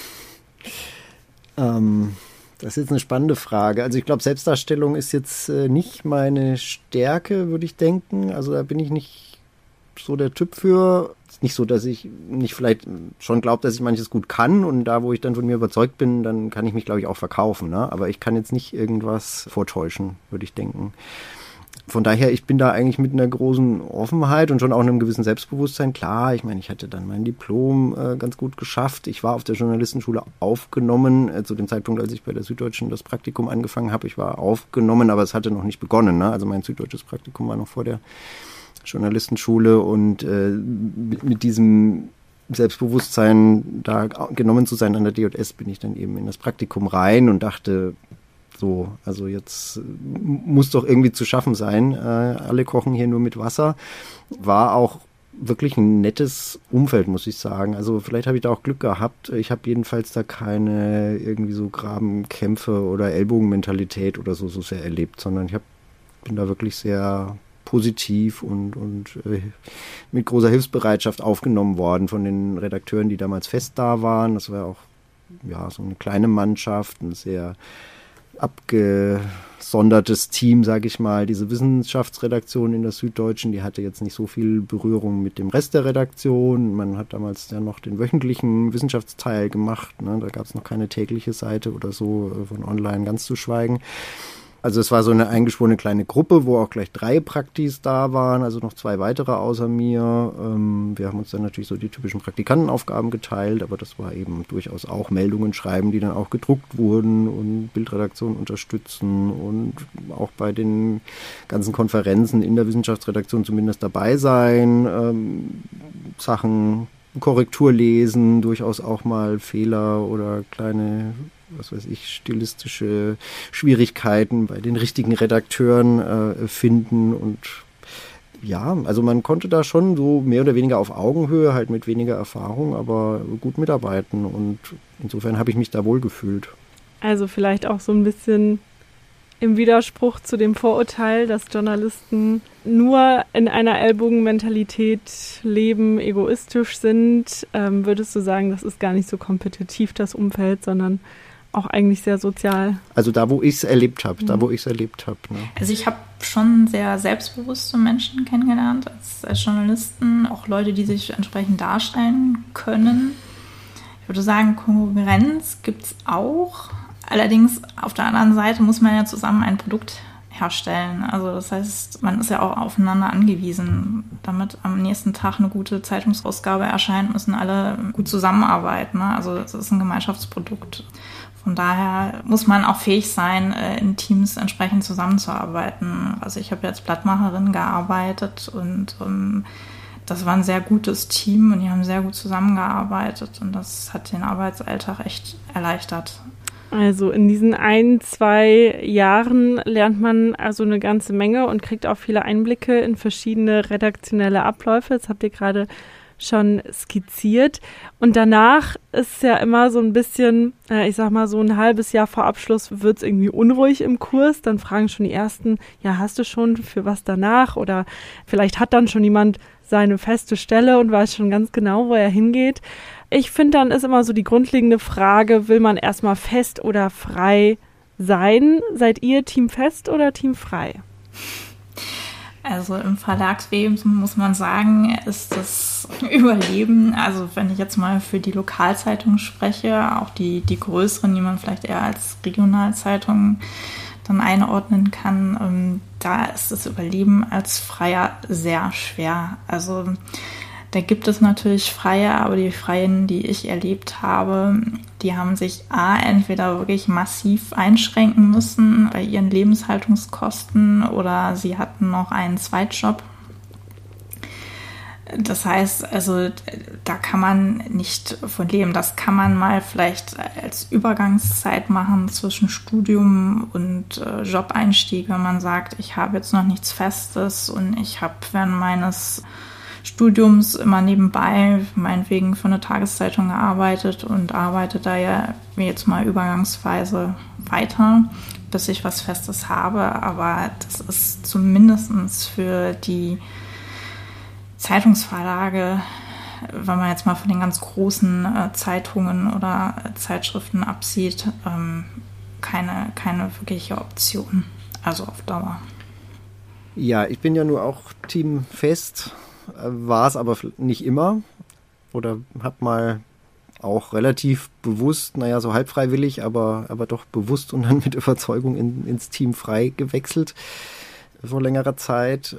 Das ist jetzt eine spannende Frage. Also ich glaube, Selbstdarstellung ist jetzt nicht meine Stärke, würde ich denken. Also da bin ich nicht so der Typ für. Ist nicht so, dass ich nicht vielleicht schon glaube, dass ich manches gut kann und da, wo ich dann von mir überzeugt bin, dann kann ich mich, glaube ich, auch verkaufen. Ne? Aber ich kann jetzt nicht irgendwas vortäuschen, würde ich denken. Von daher, ich bin da eigentlich mit einer großen Offenheit und schon auch einem gewissen Selbstbewusstsein. Klar, ich meine, ich hatte dann mein Diplom ganz gut geschafft. Ich war auf der Journalistenschule aufgenommen, zu dem Zeitpunkt, als ich bei der Süddeutschen das Praktikum angefangen habe. Ich war aufgenommen, aber es hatte noch nicht begonnen. Ne? Also mein süddeutsches Praktikum war noch vor der Journalistenschule und mit diesem Selbstbewusstsein, da genommen zu sein an der DJS, bin ich dann eben in das Praktikum rein und dachte, so, also jetzt muss doch irgendwie zu schaffen sein. Alle kochen hier nur mit Wasser. War auch wirklich ein nettes Umfeld, muss ich sagen. Also vielleicht habe ich da auch Glück gehabt. Ich habe jedenfalls da keine irgendwie so Grabenkämpfe oder Ellbogenmentalität oder so sehr erlebt, sondern ich bin da wirklich sehr positiv und mit großer Hilfsbereitschaft aufgenommen worden von den Redakteuren, die damals fest da waren. Das war auch ja so eine kleine Mannschaft, ein sehr abgesondertes Team, sage ich mal. Diese Wissenschaftsredaktion in der Süddeutschen, die hatte jetzt nicht so viel Berührung mit dem Rest der Redaktion. Man hat damals ja noch den wöchentlichen Wissenschaftsteil gemacht. Ne? Da gab es noch keine tägliche Seite oder so, von online ganz zu schweigen. Also es war so eine eingeschworene kleine Gruppe, wo auch gleich 3 Praktis da waren, also noch 2 weitere außer mir. Wir haben uns dann natürlich so die typischen Praktikantenaufgaben geteilt, aber das war eben durchaus auch Meldungen schreiben, die dann auch gedruckt wurden und Bildredaktion unterstützen und auch bei den ganzen Konferenzen in der Wissenschaftsredaktion zumindest dabei sein, Sachen Korrektur lesen, durchaus auch mal Fehler oder kleine, was weiß ich, stilistische Schwierigkeiten bei den richtigen Redakteuren finden und ja, also man konnte da schon so mehr oder weniger auf Augenhöhe, halt mit weniger Erfahrung, aber gut mitarbeiten und insofern habe ich mich da wohl gefühlt. Also vielleicht auch so ein bisschen im Widerspruch zu dem Vorurteil, dass Journalisten nur in einer Ellbogenmentalität leben, egoistisch sind, würdest du sagen, das ist gar nicht so kompetitiv, das Umfeld, sondern auch eigentlich sehr sozial? Also da, wo ich es erlebt habe, Ne? Also ich habe schon sehr selbstbewusste Menschen kennengelernt als Journalisten, auch Leute, die sich entsprechend darstellen können. Ich würde sagen, Konkurrenz gibt es auch. Allerdings auf der anderen Seite muss man ja zusammen ein Produkt herstellen. Also das heißt, man ist ja auch aufeinander angewiesen. Damit am nächsten Tag eine gute Zeitungsausgabe erscheint, müssen alle gut zusammenarbeiten. Ne? Also es ist ein Gemeinschaftsprodukt. Von daher muss man auch fähig sein, in Teams entsprechend zusammenzuarbeiten. Also ich habe ja als Blattmacherin gearbeitet und das war ein sehr gutes Team und die haben sehr gut zusammengearbeitet und das hat den Arbeitsalltag echt erleichtert. Also in diesen 1-2 Jahren lernt man also eine ganze Menge und kriegt auch viele Einblicke in verschiedene redaktionelle Abläufe. Jetzt habt ihr gerade schon skizziert. Und danach ist ja immer so ein bisschen, ich sag mal so ein halbes Jahr vor Abschluss wird es irgendwie unruhig im Kurs. Dann fragen schon die Ersten, ja, hast du schon für was danach? Oder vielleicht hat dann schon jemand seine feste Stelle und weiß schon ganz genau, wo er hingeht. Ich finde, dann ist immer so die grundlegende Frage, will man erstmal fest oder frei sein? Seid ihr Team fest oder Team frei? Also im Verlagswesen muss man sagen, ist das Überleben, also wenn ich jetzt mal für die Lokalzeitungen spreche, auch die größeren, die man vielleicht eher als Regionalzeitungen dann einordnen kann, da ist das Überleben als Freier sehr schwer. Also da gibt es natürlich Freie, aber die Freien, die ich erlebt habe, die haben sich entweder wirklich massiv einschränken müssen bei ihren Lebenshaltungskosten oder sie hatten noch einen Zweitjob. Das heißt, also da kann man nicht von leben. Das kann man mal vielleicht als Übergangszeit machen zwischen Studium und Jobeinstieg, wenn man sagt, ich habe jetzt noch nichts Festes und ich habe während meines Studiums immer nebenbei meinetwegen für eine Tageszeitung gearbeitet und arbeite da ja jetzt mal übergangsweise weiter, bis ich was Festes habe. Aber das ist zumindest für die Zeitungsverlage, wenn man jetzt mal von den ganz großen Zeitungen oder Zeitschriften absieht, keine wirkliche Option, also auf Dauer. Ja, ich bin ja nur auch Team fest, war es aber nicht immer oder habe mal auch relativ bewusst, so halb freiwillig, aber doch bewusst und dann mit Überzeugung ins Team frei gewechselt vor längerer Zeit.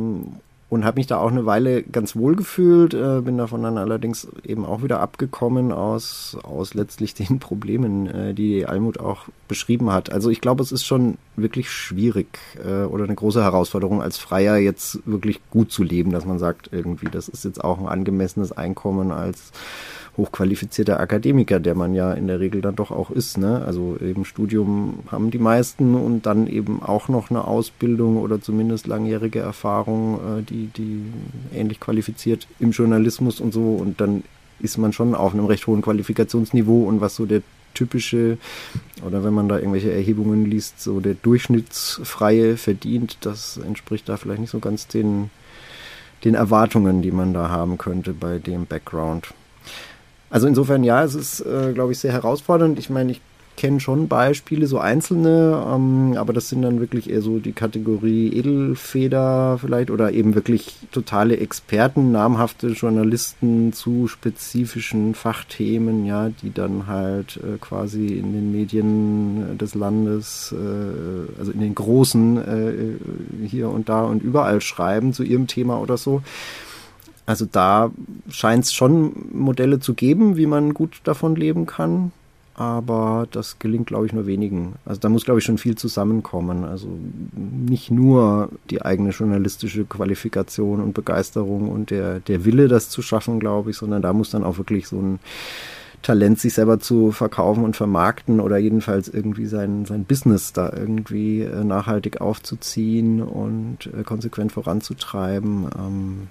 Und habe mich da auch eine Weile ganz wohl gefühlt, bin davon dann allerdings eben auch wieder abgekommen aus letztlich den Problemen, die Almut auch beschrieben hat. Also ich glaube, es ist schon wirklich schwierig oder eine große Herausforderung als Freier jetzt wirklich gut zu leben, dass man sagt irgendwie, das ist jetzt auch ein angemessenes Einkommen als hochqualifizierter Akademiker, der man ja in der Regel dann doch auch ist, ne? Also eben Studium haben die meisten und dann eben auch noch eine Ausbildung oder zumindest langjährige Erfahrung, die ähnlich qualifiziert im Journalismus und so, und dann ist man schon auf einem recht hohen Qualifikationsniveau, und was so der typische, oder wenn man da irgendwelche Erhebungen liest, so der Durchschnittsfreie verdient, das entspricht da vielleicht nicht so ganz den Erwartungen, die man da haben könnte bei dem Background. Also insofern, ja, es ist, glaube ich, sehr herausfordernd. Ich meine, ich kenne schon Beispiele, so einzelne, aber das sind dann wirklich eher so die Kategorie Edelfeder vielleicht oder eben wirklich totale Experten, namhafte Journalisten zu spezifischen Fachthemen, ja, die dann halt quasi in den Medien des Landes, also in den großen hier und da und überall schreiben zu ihrem Thema oder so. Also da scheint es schon Modelle zu geben, wie man gut davon leben kann, aber das gelingt, glaube ich, nur wenigen. Also da muss, glaube ich, schon viel zusammenkommen. Also nicht nur die eigene journalistische Qualifikation und Begeisterung und der Wille, das zu schaffen, glaube ich, sondern da muss dann auch wirklich so ein Talent, sich selber zu verkaufen und vermarkten oder jedenfalls irgendwie sein Business da irgendwie nachhaltig aufzuziehen und konsequent voranzutreiben.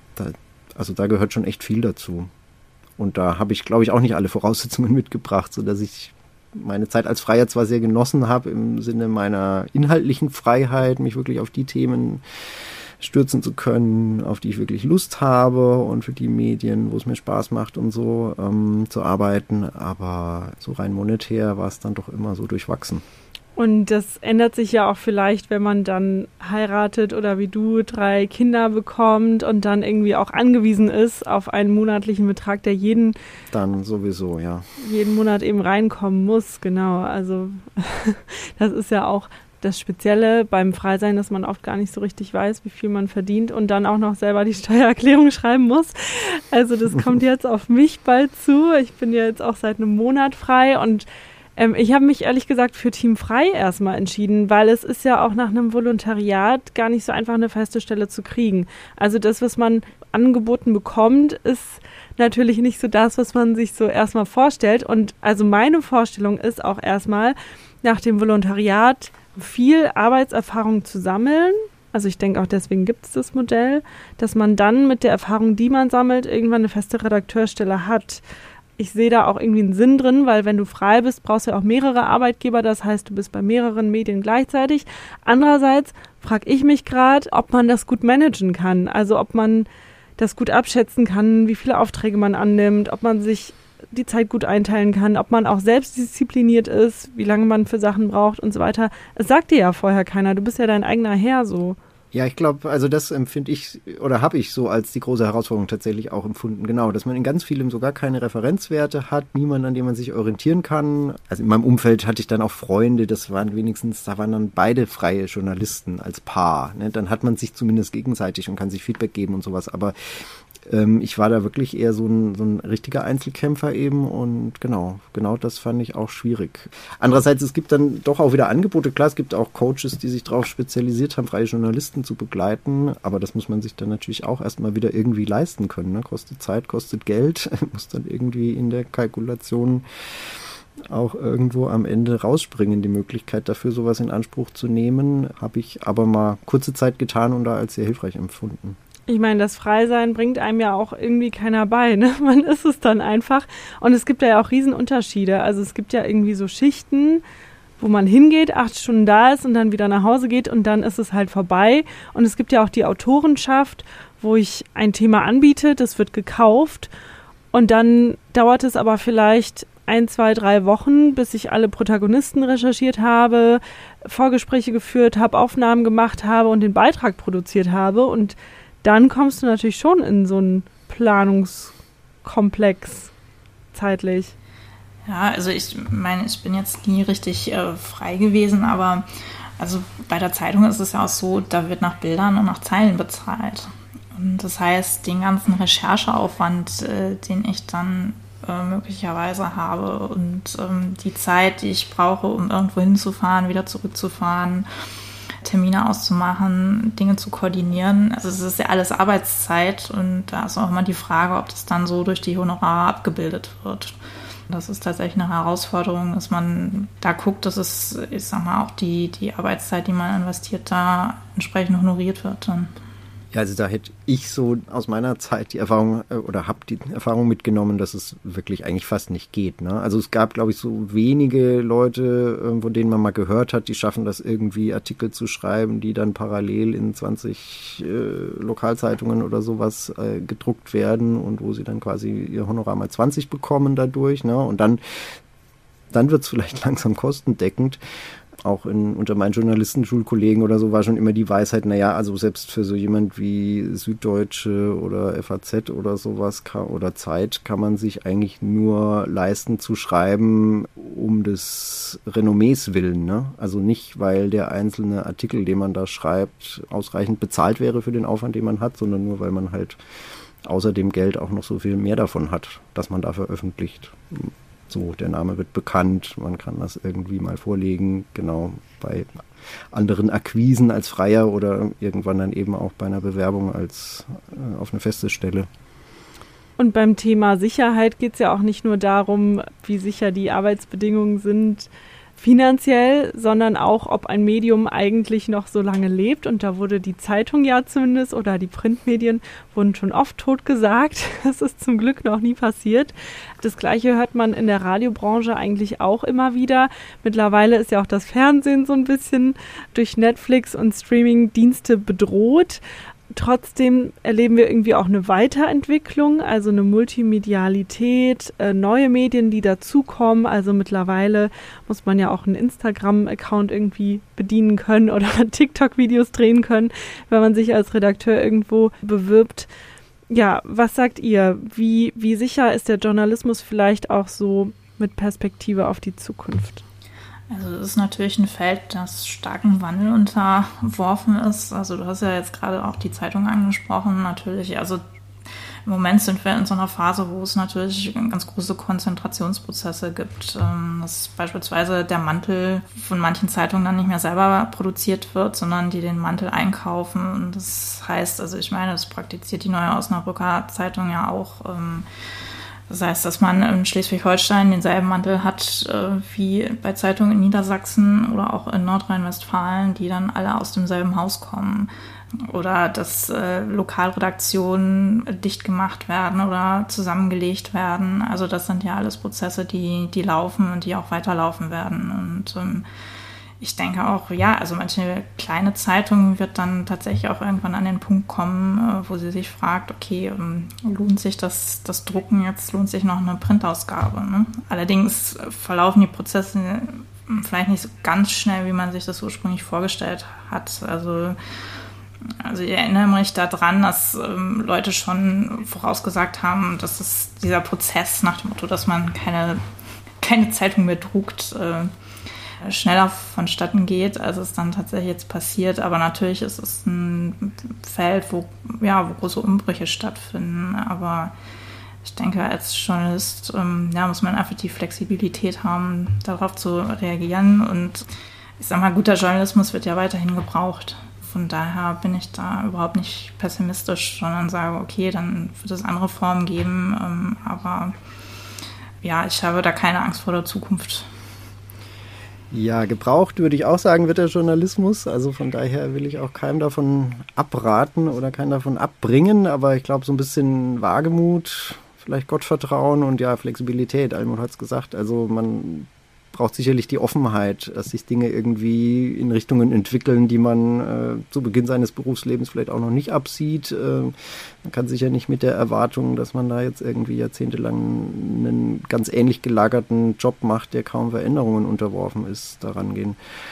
Da gehört schon echt viel dazu. Und da habe ich, glaube ich, auch nicht alle Voraussetzungen mitgebracht, sodass ich meine Zeit als Freier zwar sehr genossen habe im Sinne meiner inhaltlichen Freiheit, mich wirklich auf die Themen stürzen zu können, auf die ich wirklich Lust habe und für die Medien, wo es mir Spaß macht und so zu arbeiten. Aber so rein monetär war es dann doch immer so durchwachsen. Und das ändert sich ja auch vielleicht, wenn man dann heiratet oder wie du 3 Kinder bekommt und dann irgendwie auch angewiesen ist auf einen monatlichen Betrag, der dann sowieso, ja, jeden Monat eben reinkommen muss. Genau, also das ist ja auch das Spezielle beim Freisein, dass man oft gar nicht so richtig weiß, wie viel man verdient und dann auch noch selber die Steuererklärung schreiben muss. Also das kommt jetzt auf mich bald zu. Ich bin ja jetzt auch seit einem Monat frei und ich habe mich ehrlich gesagt für Team Frei erstmal entschieden, weil es ist ja auch nach einem Volontariat gar nicht so einfach, eine feste Stelle zu kriegen. Also das, was man angeboten bekommt, ist natürlich nicht so das, was man sich so erstmal vorstellt. Und also meine Vorstellung ist auch erstmal, nach dem Volontariat viel Arbeitserfahrung zu sammeln, Also ich denke auch, deswegen gibt es das Modell, dass man dann mit der Erfahrung, die man sammelt, irgendwann eine feste Redakteurstelle hat. Ich sehe da auch irgendwie einen Sinn drin, weil wenn du frei bist, brauchst du ja auch mehrere Arbeitgeber. Das heißt, du bist bei mehreren Medien gleichzeitig. Andererseits frage ich mich gerade, ob man das gut managen kann. Also ob man das gut abschätzen kann, wie viele Aufträge man annimmt, ob man sich die Zeit gut einteilen kann, ob man auch selbst diszipliniert ist, wie lange man für Sachen braucht und so weiter. Es sagt dir ja vorher keiner. Du bist ja dein eigener Herr so. Ja, ich glaube, also das empfinde ich oder habe ich so als die große Herausforderung tatsächlich auch empfunden. Genau, dass man in ganz vielem sogar keine Referenzwerte hat, niemand, an dem man sich orientieren kann. Also in meinem Umfeld hatte ich dann auch Freunde, da waren dann beide freie Journalisten als Paar. Ne? Dann hat man sich zumindest gegenseitig und kann sich Feedback geben und sowas. Aber ich war da wirklich eher so ein richtiger Einzelkämpfer eben und genau das fand ich auch schwierig. Andererseits, es gibt dann doch auch wieder Angebote. Klar, es gibt auch Coaches, die sich darauf spezialisiert haben, freie Journalisten zu begleiten, aber das muss man sich dann natürlich auch erstmal wieder irgendwie leisten können. Ne? Kostet Zeit, kostet Geld, muss dann irgendwie in der Kalkulation auch irgendwo am Ende rausspringen. Die Möglichkeit dafür, sowas in Anspruch zu nehmen, habe ich aber mal kurze Zeit getan und da als sehr hilfreich empfunden. Ich meine, das Freisein bringt einem ja auch irgendwie keiner bei, ne? Man ist es dann einfach. Und es gibt ja auch Riesenunterschiede. Also es gibt ja irgendwie so Schichten, wo man hingeht, 8 Stunden da ist und dann wieder nach Hause geht und dann ist es halt vorbei. Und es gibt ja auch die Autorenschaft, wo ich ein Thema anbiete, das wird gekauft und dann dauert es aber vielleicht 1, 2, 3 Wochen, bis ich alle Protagonisten recherchiert habe, Vorgespräche geführt habe, Aufnahmen gemacht habe und den Beitrag produziert habe und dann kommst du natürlich schon in so einen Planungskomplex zeitlich. Ja, also ich meine, ich bin jetzt nie richtig frei gewesen, aber also bei der Zeitung ist es ja auch so, da wird nach Bildern und nach Zeilen bezahlt. Und das heißt, den ganzen Rechercheaufwand, den ich dann möglicherweise habe und die Zeit, die ich brauche, um irgendwo hinzufahren, wieder zurückzufahren, Termine auszumachen, Dinge zu koordinieren. Also es ist ja alles Arbeitszeit und da ist auch immer die Frage, ob das dann so durch die Honorare abgebildet wird. Das ist tatsächlich eine Herausforderung, dass man da guckt, dass es, ich sag mal, auch die Arbeitszeit, die man investiert, da entsprechend honoriert wird dann. Ja, also da hätte ich so aus meiner Zeit die Erfahrung habe die Erfahrung mitgenommen, dass es wirklich eigentlich fast nicht geht. Ne? Also es gab, glaube ich, so wenige Leute, von denen man mal gehört hat, die schaffen das irgendwie, Artikel zu schreiben, die dann parallel in 20 Lokalzeitungen oder sowas gedruckt werden und wo sie dann quasi ihr Honorar mal 20 bekommen dadurch. Ne? Und dann wird es vielleicht langsam kostendeckend. Auch unter meinen Journalistenschulkollegen oder so war schon immer die Weisheit, naja, also selbst für so jemand wie Süddeutsche oder FAZ oder sowas oder Zeit kann man sich eigentlich nur leisten zu schreiben um des Renommees willen. Ne? Also nicht, weil der einzelne Artikel, den man da schreibt, ausreichend bezahlt wäre für den Aufwand, den man hat, sondern nur, weil man halt außer dem Geld auch noch so viel mehr davon hat, dass man da veröffentlicht. So, der Name wird bekannt, man kann das irgendwie mal vorlegen, genau, bei anderen Akquisen als Freier oder irgendwann dann eben auch bei einer Bewerbung als auf eine feste Stelle. Und beim Thema Sicherheit geht es ja auch nicht nur darum, wie sicher die Arbeitsbedingungen sind finanziell, sondern auch, ob ein Medium eigentlich noch so lange lebt. Und da wurde die Zeitung ja zumindest oder die Printmedien wurden schon oft totgesagt. Das ist zum Glück noch nie passiert. Das Gleiche hört man in der Radiobranche eigentlich auch immer wieder. Mittlerweile ist ja auch das Fernsehen so ein bisschen durch Netflix und Streaming-Dienste bedroht. Trotzdem erleben wir irgendwie auch eine Weiterentwicklung, also eine Multimedialität, neue Medien, die dazukommen. Also mittlerweile muss man ja auch einen Instagram-Account irgendwie bedienen können oder TikTok-Videos drehen können, wenn man sich als Redakteur irgendwo bewirbt. Ja, was sagt ihr? Wie sicher ist der Journalismus vielleicht auch so mit Perspektive auf die Zukunft? Also es ist natürlich ein Feld, das starkem Wandel unterworfen ist. Also du hast ja jetzt gerade auch die Zeitung angesprochen. Natürlich, also im Moment sind wir in so einer Phase, wo es natürlich ganz große Konzentrationsprozesse gibt. Dass beispielsweise der Mantel von manchen Zeitungen dann nicht mehr selber produziert wird, sondern die den Mantel einkaufen. Und das heißt, also ich meine, das praktiziert die Neue Osnabrücker Zeitung ja auch, Das heißt, dass man in Schleswig-Holstein denselben Mantel hat wie bei Zeitungen in Niedersachsen oder auch in Nordrhein-Westfalen, die dann alle aus demselben Haus kommen. Oder dass Lokalredaktionen dicht gemacht werden oder zusammengelegt werden. Also das sind ja alles Prozesse, die laufen und die auch weiterlaufen werden. Und ich denke auch, ja, also manche kleine Zeitung wird dann tatsächlich auch irgendwann an den Punkt kommen, wo sie sich fragt, okay, lohnt sich das Drucken jetzt, lohnt sich noch eine Printausgabe, ne? Allerdings verlaufen die Prozesse vielleicht nicht so ganz schnell, wie man sich das ursprünglich vorgestellt hat. Also ich erinnere mich daran, dass Leute schon vorausgesagt haben, dass es dieser Prozess nach dem Motto, dass man keine Zeitung mehr druckt, schneller vonstatten geht, als es dann tatsächlich jetzt passiert. Aber natürlich ist es ein Feld, wo große Umbrüche stattfinden. Aber ich denke, als Journalist muss man einfach die Flexibilität haben, darauf zu reagieren. Und ich sag mal, guter Journalismus wird ja weiterhin gebraucht. Von daher bin ich da überhaupt nicht pessimistisch, sondern sage, okay, dann wird es andere Formen geben. Aber ja, ich habe da keine Angst vor der Zukunft. Ja, gebraucht würde ich auch sagen, wird der Journalismus. Also von daher will ich auch keinem davon abraten oder keinen davon abbringen. Aber ich glaube, so ein bisschen Wagemut, vielleicht Gottvertrauen und ja, Flexibilität. Almut hat es gesagt. Also man braucht sicherlich die Offenheit, dass sich Dinge irgendwie in Richtungen entwickeln, die man zu Beginn seines Berufslebens vielleicht auch noch nicht absieht. Man kann sicher nicht mit der Erwartung, dass man da jetzt irgendwie jahrzehntelang einen ganz ähnlich gelagerten Job macht, der kaum Veränderungen unterworfen ist, daran gehen.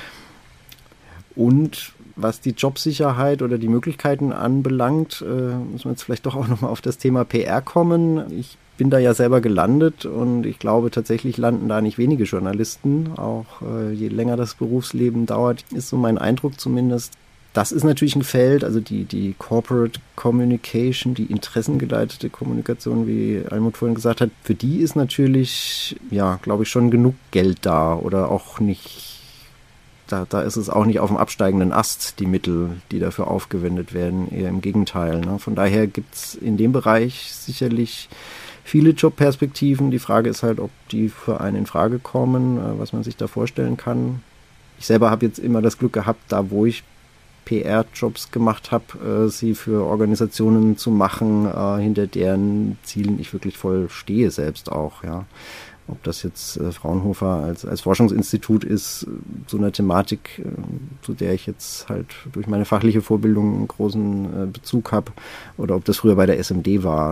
Und was die Jobsicherheit oder die Möglichkeiten anbelangt, muss man jetzt vielleicht doch auch nochmal auf das Thema PR kommen. Ich bin da ja selber gelandet und ich glaube, tatsächlich landen da nicht wenige Journalisten. Auch je länger das Berufsleben dauert, ist so mein Eindruck zumindest. Das ist natürlich ein Feld, also die Corporate Communication, die interessengeleitete Kommunikation, wie Almut vorhin gesagt hat, für die ist natürlich, ja, glaube ich, schon genug Geld da oder auch nicht. Da ist es auch nicht auf dem absteigenden Ast, die Mittel, die dafür aufgewendet werden, eher im Gegenteil. Ne? Von daher gibt es in dem Bereich sicherlich viele Jobperspektiven. Die Frage ist halt, ob die für einen in Frage kommen, was man sich da vorstellen kann. Ich selber habe jetzt immer das Glück gehabt, da wo ich PR-Jobs gemacht habe, sie für Organisationen zu machen, hinter deren Zielen ich wirklich voll stehe selbst auch, ja. Ob das jetzt Fraunhofer als Forschungsinstitut ist, so eine Thematik, zu der ich jetzt halt durch meine fachliche Vorbildung einen großen Bezug habe, oder ob das früher bei der SMD war.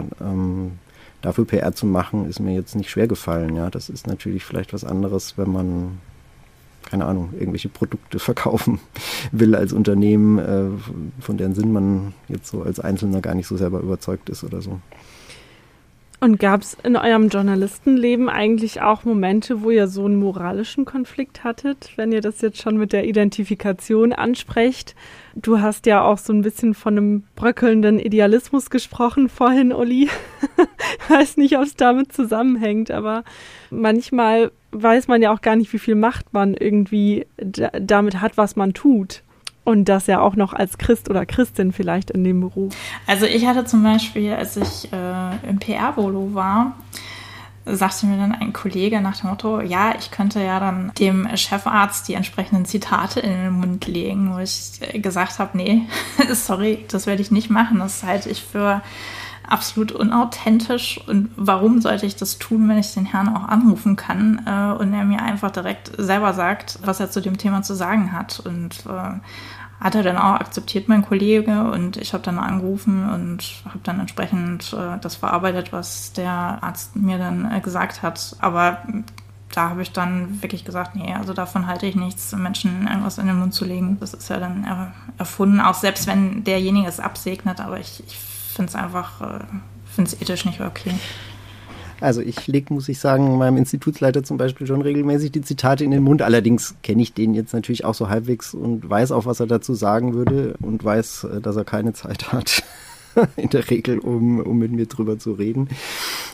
Dafür PR zu machen, ist mir jetzt nicht schwer gefallen. Ja, das ist natürlich vielleicht was anderes, wenn man, keine Ahnung, irgendwelche Produkte verkaufen will als Unternehmen, von deren Sinn man jetzt so als Einzelner gar nicht so selber überzeugt ist oder so. Und gab es in eurem Journalistenleben eigentlich auch Momente, wo ihr so einen moralischen Konflikt hattet, wenn ihr das jetzt schon mit der Identifikation ansprecht? Du hast ja auch so ein bisschen von einem bröckelnden Idealismus gesprochen vorhin, Uli. Ich weiß nicht, ob es damit zusammenhängt, aber manchmal weiß man ja auch gar nicht, wie viel Macht man irgendwie damit hat, was man tut. Und das ja auch noch als Christ oder Christin vielleicht in dem Beruf. Also ich hatte zum Beispiel, als ich im PR-Volo war, sagte mir dann ein Kollege nach dem Motto, ja, ich könnte ja dann dem Chefarzt die entsprechenden Zitate in den Mund legen, wo ich gesagt habe, nee, sorry, das werde ich nicht machen. Das halte ich für absolut unauthentisch. Und warum sollte ich das tun, wenn ich den Herrn auch anrufen kann und er mir einfach direkt selber sagt, was er zu dem Thema zu sagen hat. Und hat er dann auch akzeptiert, mein Kollege, und ich habe dann angerufen und habe dann entsprechend das verarbeitet, was der Arzt mir dann gesagt hat. Aber da habe ich dann wirklich gesagt, nee, also davon halte ich nichts, Menschen irgendwas in den Mund zu legen. Das ist ja dann erfunden, auch selbst wenn derjenige es absegnet, aber ich finde es einfach, finde es ethisch nicht okay. Also ich lege, muss ich sagen, meinem Institutsleiter zum Beispiel schon regelmäßig die Zitate in den Mund. Allerdings kenne ich den jetzt natürlich auch so halbwegs und weiß auch, was er dazu sagen würde und weiß, dass er keine Zeit hat, in der Regel, um mit mir drüber zu reden.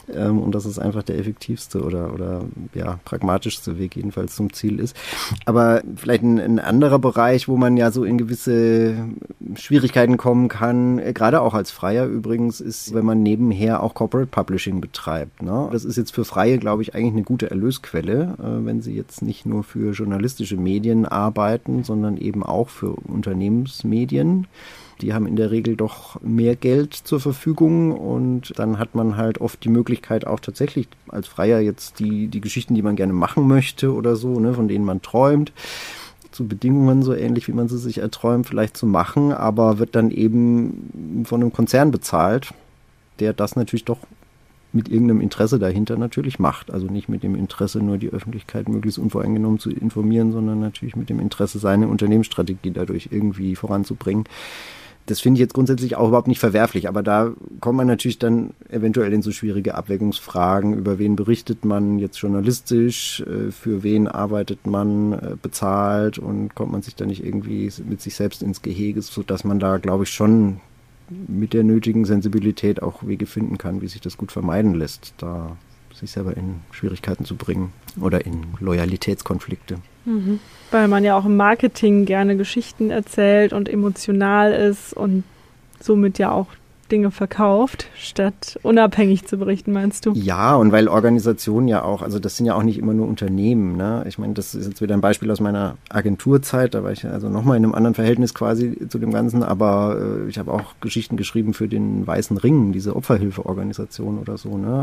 und dass es einfach der effektivste oder pragmatischste Weg jedenfalls zum Ziel ist. Aber vielleicht ein anderer Bereich, wo man ja so in gewisse Schwierigkeiten kommen kann, gerade auch als Freier übrigens, ist, wenn man nebenher auch Corporate Publishing betreibt. Ne? Das ist jetzt für Freie, glaube ich, eigentlich eine gute Erlösquelle, wenn sie jetzt nicht nur für journalistische Medien arbeiten, sondern eben auch für Unternehmensmedien. Die haben in der Regel doch mehr Geld zur Verfügung und dann hat man halt oft die Möglichkeit auch tatsächlich als Freier jetzt die Geschichten, die man gerne machen möchte oder so, ne, von denen man träumt, zu Bedingungen so ähnlich, wie man sie sich erträumt, vielleicht zu machen, aber wird dann eben von einem Konzern bezahlt, der das natürlich doch mit irgendeinem Interesse dahinter natürlich macht. Also nicht mit dem Interesse, nur die Öffentlichkeit möglichst unvoreingenommen zu informieren, sondern natürlich mit dem Interesse, seine Unternehmensstrategie dadurch irgendwie voranzubringen. Das finde ich jetzt grundsätzlich auch überhaupt nicht verwerflich, aber da kommt man natürlich dann eventuell in so schwierige Abwägungsfragen, über wen berichtet man jetzt journalistisch, für wen arbeitet man bezahlt und kommt man sich da nicht irgendwie mit sich selbst ins Gehege, sodass man da, glaube ich, schon mit der nötigen Sensibilität auch Wege finden kann, wie sich das gut vermeiden lässt, da sich selber in Schwierigkeiten zu bringen oder in Loyalitätskonflikte. Weil man ja auch im Marketing gerne Geschichten erzählt und emotional ist und somit ja auch Dinge verkauft, statt unabhängig zu berichten, meinst du? Ja, und weil Organisationen ja auch, also das sind ja auch nicht immer nur Unternehmen, ne? Ich meine, das ist jetzt wieder ein Beispiel aus meiner Agenturzeit, da war ich also nochmal in einem anderen Verhältnis quasi zu dem Ganzen, aber ich habe auch Geschichten geschrieben für den Weißen Ring, diese Opferhilfeorganisation oder so, ne?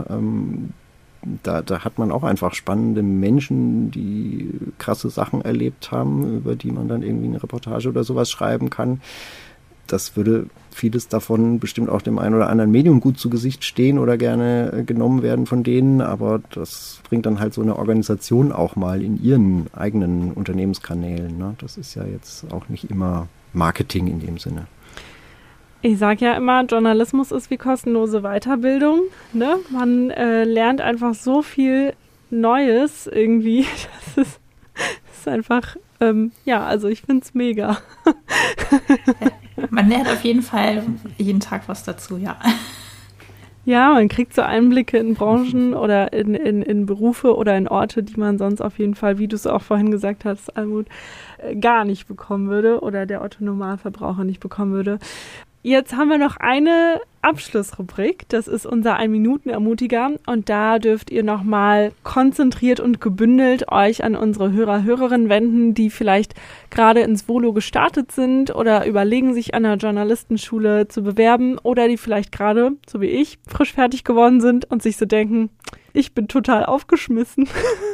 Da hat man auch einfach spannende Menschen, die krasse Sachen erlebt haben, über die man dann irgendwie eine Reportage oder sowas schreiben kann. Das würde vieles davon bestimmt auch dem einen oder anderen Medium gut zu Gesicht stehen oder gerne genommen werden von denen, aber das bringt dann halt so eine Organisation auch mal in ihren eigenen Unternehmenskanälen, ne? Das ist ja jetzt auch nicht immer Marketing in dem Sinne. Ich sage ja immer, Journalismus ist wie kostenlose Weiterbildung. Ne? Man lernt einfach so viel Neues irgendwie. Das ist einfach, also ich finde es mega. Man lernt auf jeden Fall jeden Tag was dazu, ja. Ja, man kriegt so Einblicke in Branchen oder in Berufe oder in Orte, die man sonst auf jeden Fall, wie du es auch vorhin gesagt hast, Almut, gar nicht bekommen würde oder der Otto-Normalverbraucher nicht bekommen würde. Jetzt haben wir noch eine Abschlussrubrik, das ist unser 1-Minuten-Ermutiger und da dürft ihr nochmal konzentriert und gebündelt euch an unsere Hörerinnen wenden, die vielleicht gerade ins Volo gestartet sind oder überlegen, sich an der Journalistenschule zu bewerben oder die vielleicht gerade, so wie ich, frisch fertig geworden sind und sich so denken, ich bin total aufgeschmissen.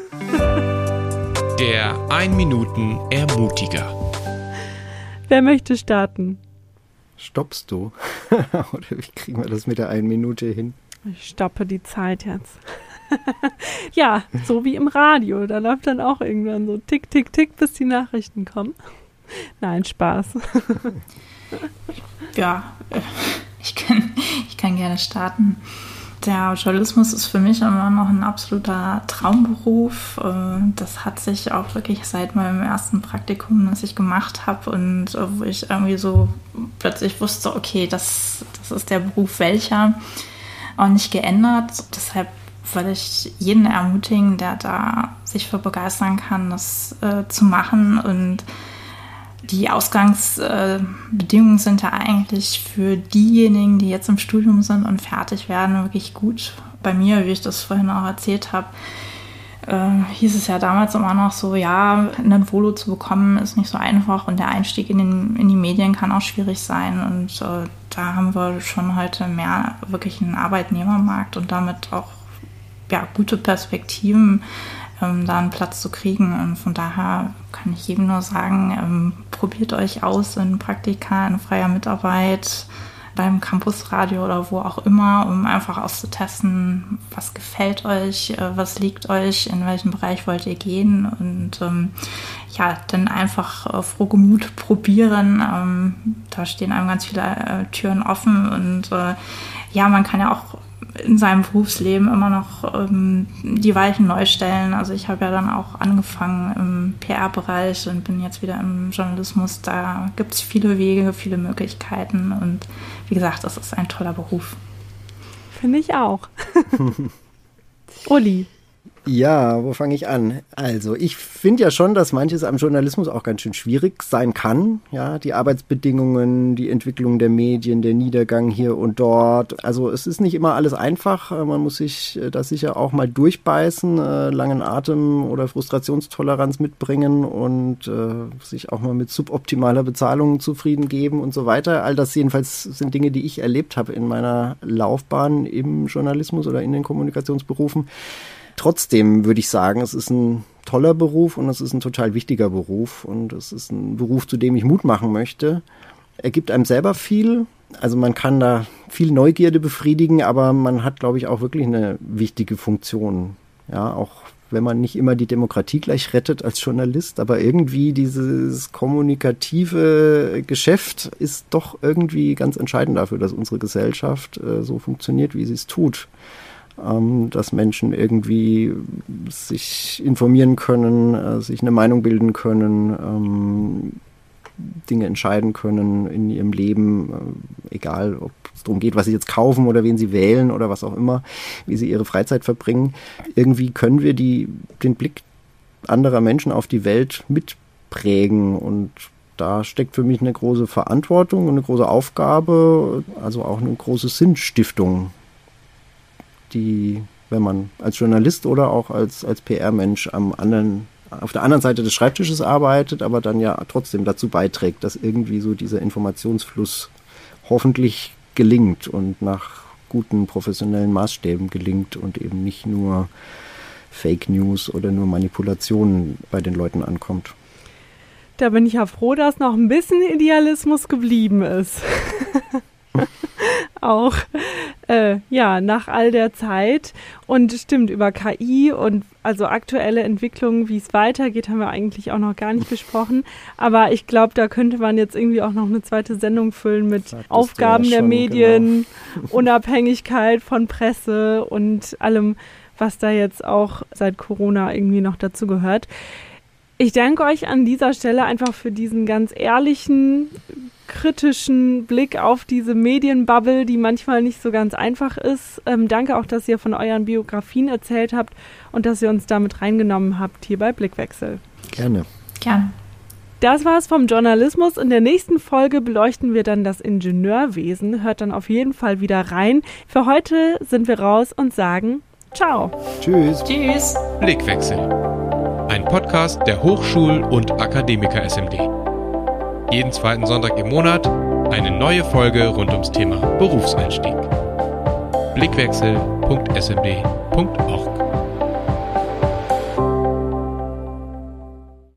Der 1-Minuten-Ermutiger. Wer möchte starten? Stoppst du? Oder wie kriegen wir das mit der 1 Minute hin? Ich stoppe die Zeit jetzt. Ja, so wie im Radio. Da läuft dann auch irgendwann so tick, tick, tick, bis die Nachrichten kommen. Nein, Spaß. Ja, ich kann gerne starten. Der Journalismus ist für mich immer noch ein absoluter Traumberuf. Das hat sich auch wirklich seit meinem ersten Praktikum, das ich gemacht habe und wo ich irgendwie so plötzlich wusste, okay, das ist der Beruf welcher, auch nicht geändert. Deshalb würde ich jeden ermutigen, der da sich für begeistern kann, das zu machen. Und die Ausgangsbedingungen sind ja eigentlich für diejenigen, die jetzt im Studium sind und fertig werden, wirklich gut. Bei mir, wie ich das vorhin auch erzählt habe, hieß es ja damals immer noch so, ja, einen Volo zu bekommen ist nicht so einfach und der Einstieg in die Medien kann auch schwierig sein. Und da haben wir schon heute mehr wirklich einen Arbeitnehmermarkt und damit auch gute Perspektiven, da einen Platz zu kriegen. Und von daher kann ich jedem nur sagen, probiert euch aus in Praktika, in freier Mitarbeit, beim Campusradio oder wo auch immer, um einfach auszutesten, was gefällt euch, was liegt euch, in welchem Bereich wollt ihr gehen und dann einfach frohgemut probieren. Da stehen einem ganz viele Türen offen und man kann ja auch in seinem Berufsleben immer noch die Weichen neu stellen. Also ich habe ja dann auch angefangen im PR-Bereich und bin jetzt wieder im Journalismus. Da gibt es viele Wege, viele Möglichkeiten und wie gesagt, das ist ein toller Beruf. Finde ich auch. Uli. Ja, wo fange ich an? Also, ich finde ja schon, dass manches am Journalismus auch ganz schön schwierig sein kann. Ja, die Arbeitsbedingungen, die Entwicklung der Medien, der Niedergang hier und dort. Also, es ist nicht immer alles einfach. Man muss sich da sicher auch mal durchbeißen, langen Atem oder Frustrationstoleranz mitbringen und sich auch mal mit suboptimaler Bezahlung zufrieden geben und so weiter. All das jedenfalls sind Dinge, die ich erlebt habe in meiner Laufbahn im Journalismus oder in den Kommunikationsberufen. Trotzdem würde ich sagen, es ist ein toller Beruf und es ist ein total wichtiger Beruf und es ist ein Beruf, zu dem ich Mut machen möchte. Er gibt einem selber viel, also man kann da viel Neugierde befriedigen, aber man hat, glaube ich, auch wirklich eine wichtige Funktion. Ja, auch wenn man nicht immer die Demokratie gleich rettet als Journalist, aber irgendwie dieses kommunikative Geschäft ist doch irgendwie ganz entscheidend dafür, dass unsere Gesellschaft so funktioniert, wie sie es tut. Dass Menschen irgendwie sich informieren können, sich eine Meinung bilden können, Dinge entscheiden können in ihrem Leben, egal ob es darum geht, was sie jetzt kaufen oder wen sie wählen oder was auch immer, wie sie ihre Freizeit verbringen. Irgendwie können wir den Blick anderer Menschen auf die Welt mitprägen und da steckt für mich eine große Verantwortung und eine große Aufgabe, also auch eine große Sinnstiftung, die, wenn man als Journalist oder auch als PR-Mensch auf der anderen Seite des Schreibtisches arbeitet, aber dann ja trotzdem dazu beiträgt, dass irgendwie so dieser Informationsfluss hoffentlich gelingt und nach guten professionellen Maßstäben gelingt und eben nicht nur Fake News oder nur Manipulationen bei den Leuten ankommt. Da bin ich ja froh, dass noch ein bisschen Idealismus geblieben ist. Auch nach all der Zeit. Und stimmt, über KI und also aktuelle Entwicklungen, wie es weitergeht, haben wir eigentlich auch noch gar nicht gesprochen. Aber ich glaube, da könnte man jetzt irgendwie auch noch eine zweite Sendung füllen mit Aufgaben der Medien, genau. Unabhängigkeit von Presse und allem, was da jetzt auch seit Corona irgendwie noch dazu gehört. Ich danke euch an dieser Stelle einfach für diesen ganz ehrlichen, kritischen Blick auf diese Medienbubble, die manchmal nicht so ganz einfach ist. Danke auch, dass ihr von euren Biografien erzählt habt und dass ihr uns damit reingenommen habt hier bei Blickwechsel. Gerne. Das war's vom Journalismus. In der nächsten Folge beleuchten wir dann das Ingenieurwesen. Hört dann auf jeden Fall wieder rein. Für heute sind wir raus und sagen Ciao. Tschüss. Blickwechsel. Ein Podcast der Hochschul- und Akademiker SMD. Jeden zweiten Sonntag im Monat eine neue Folge rund ums Thema Berufseinstieg. Blickwechsel.smd.org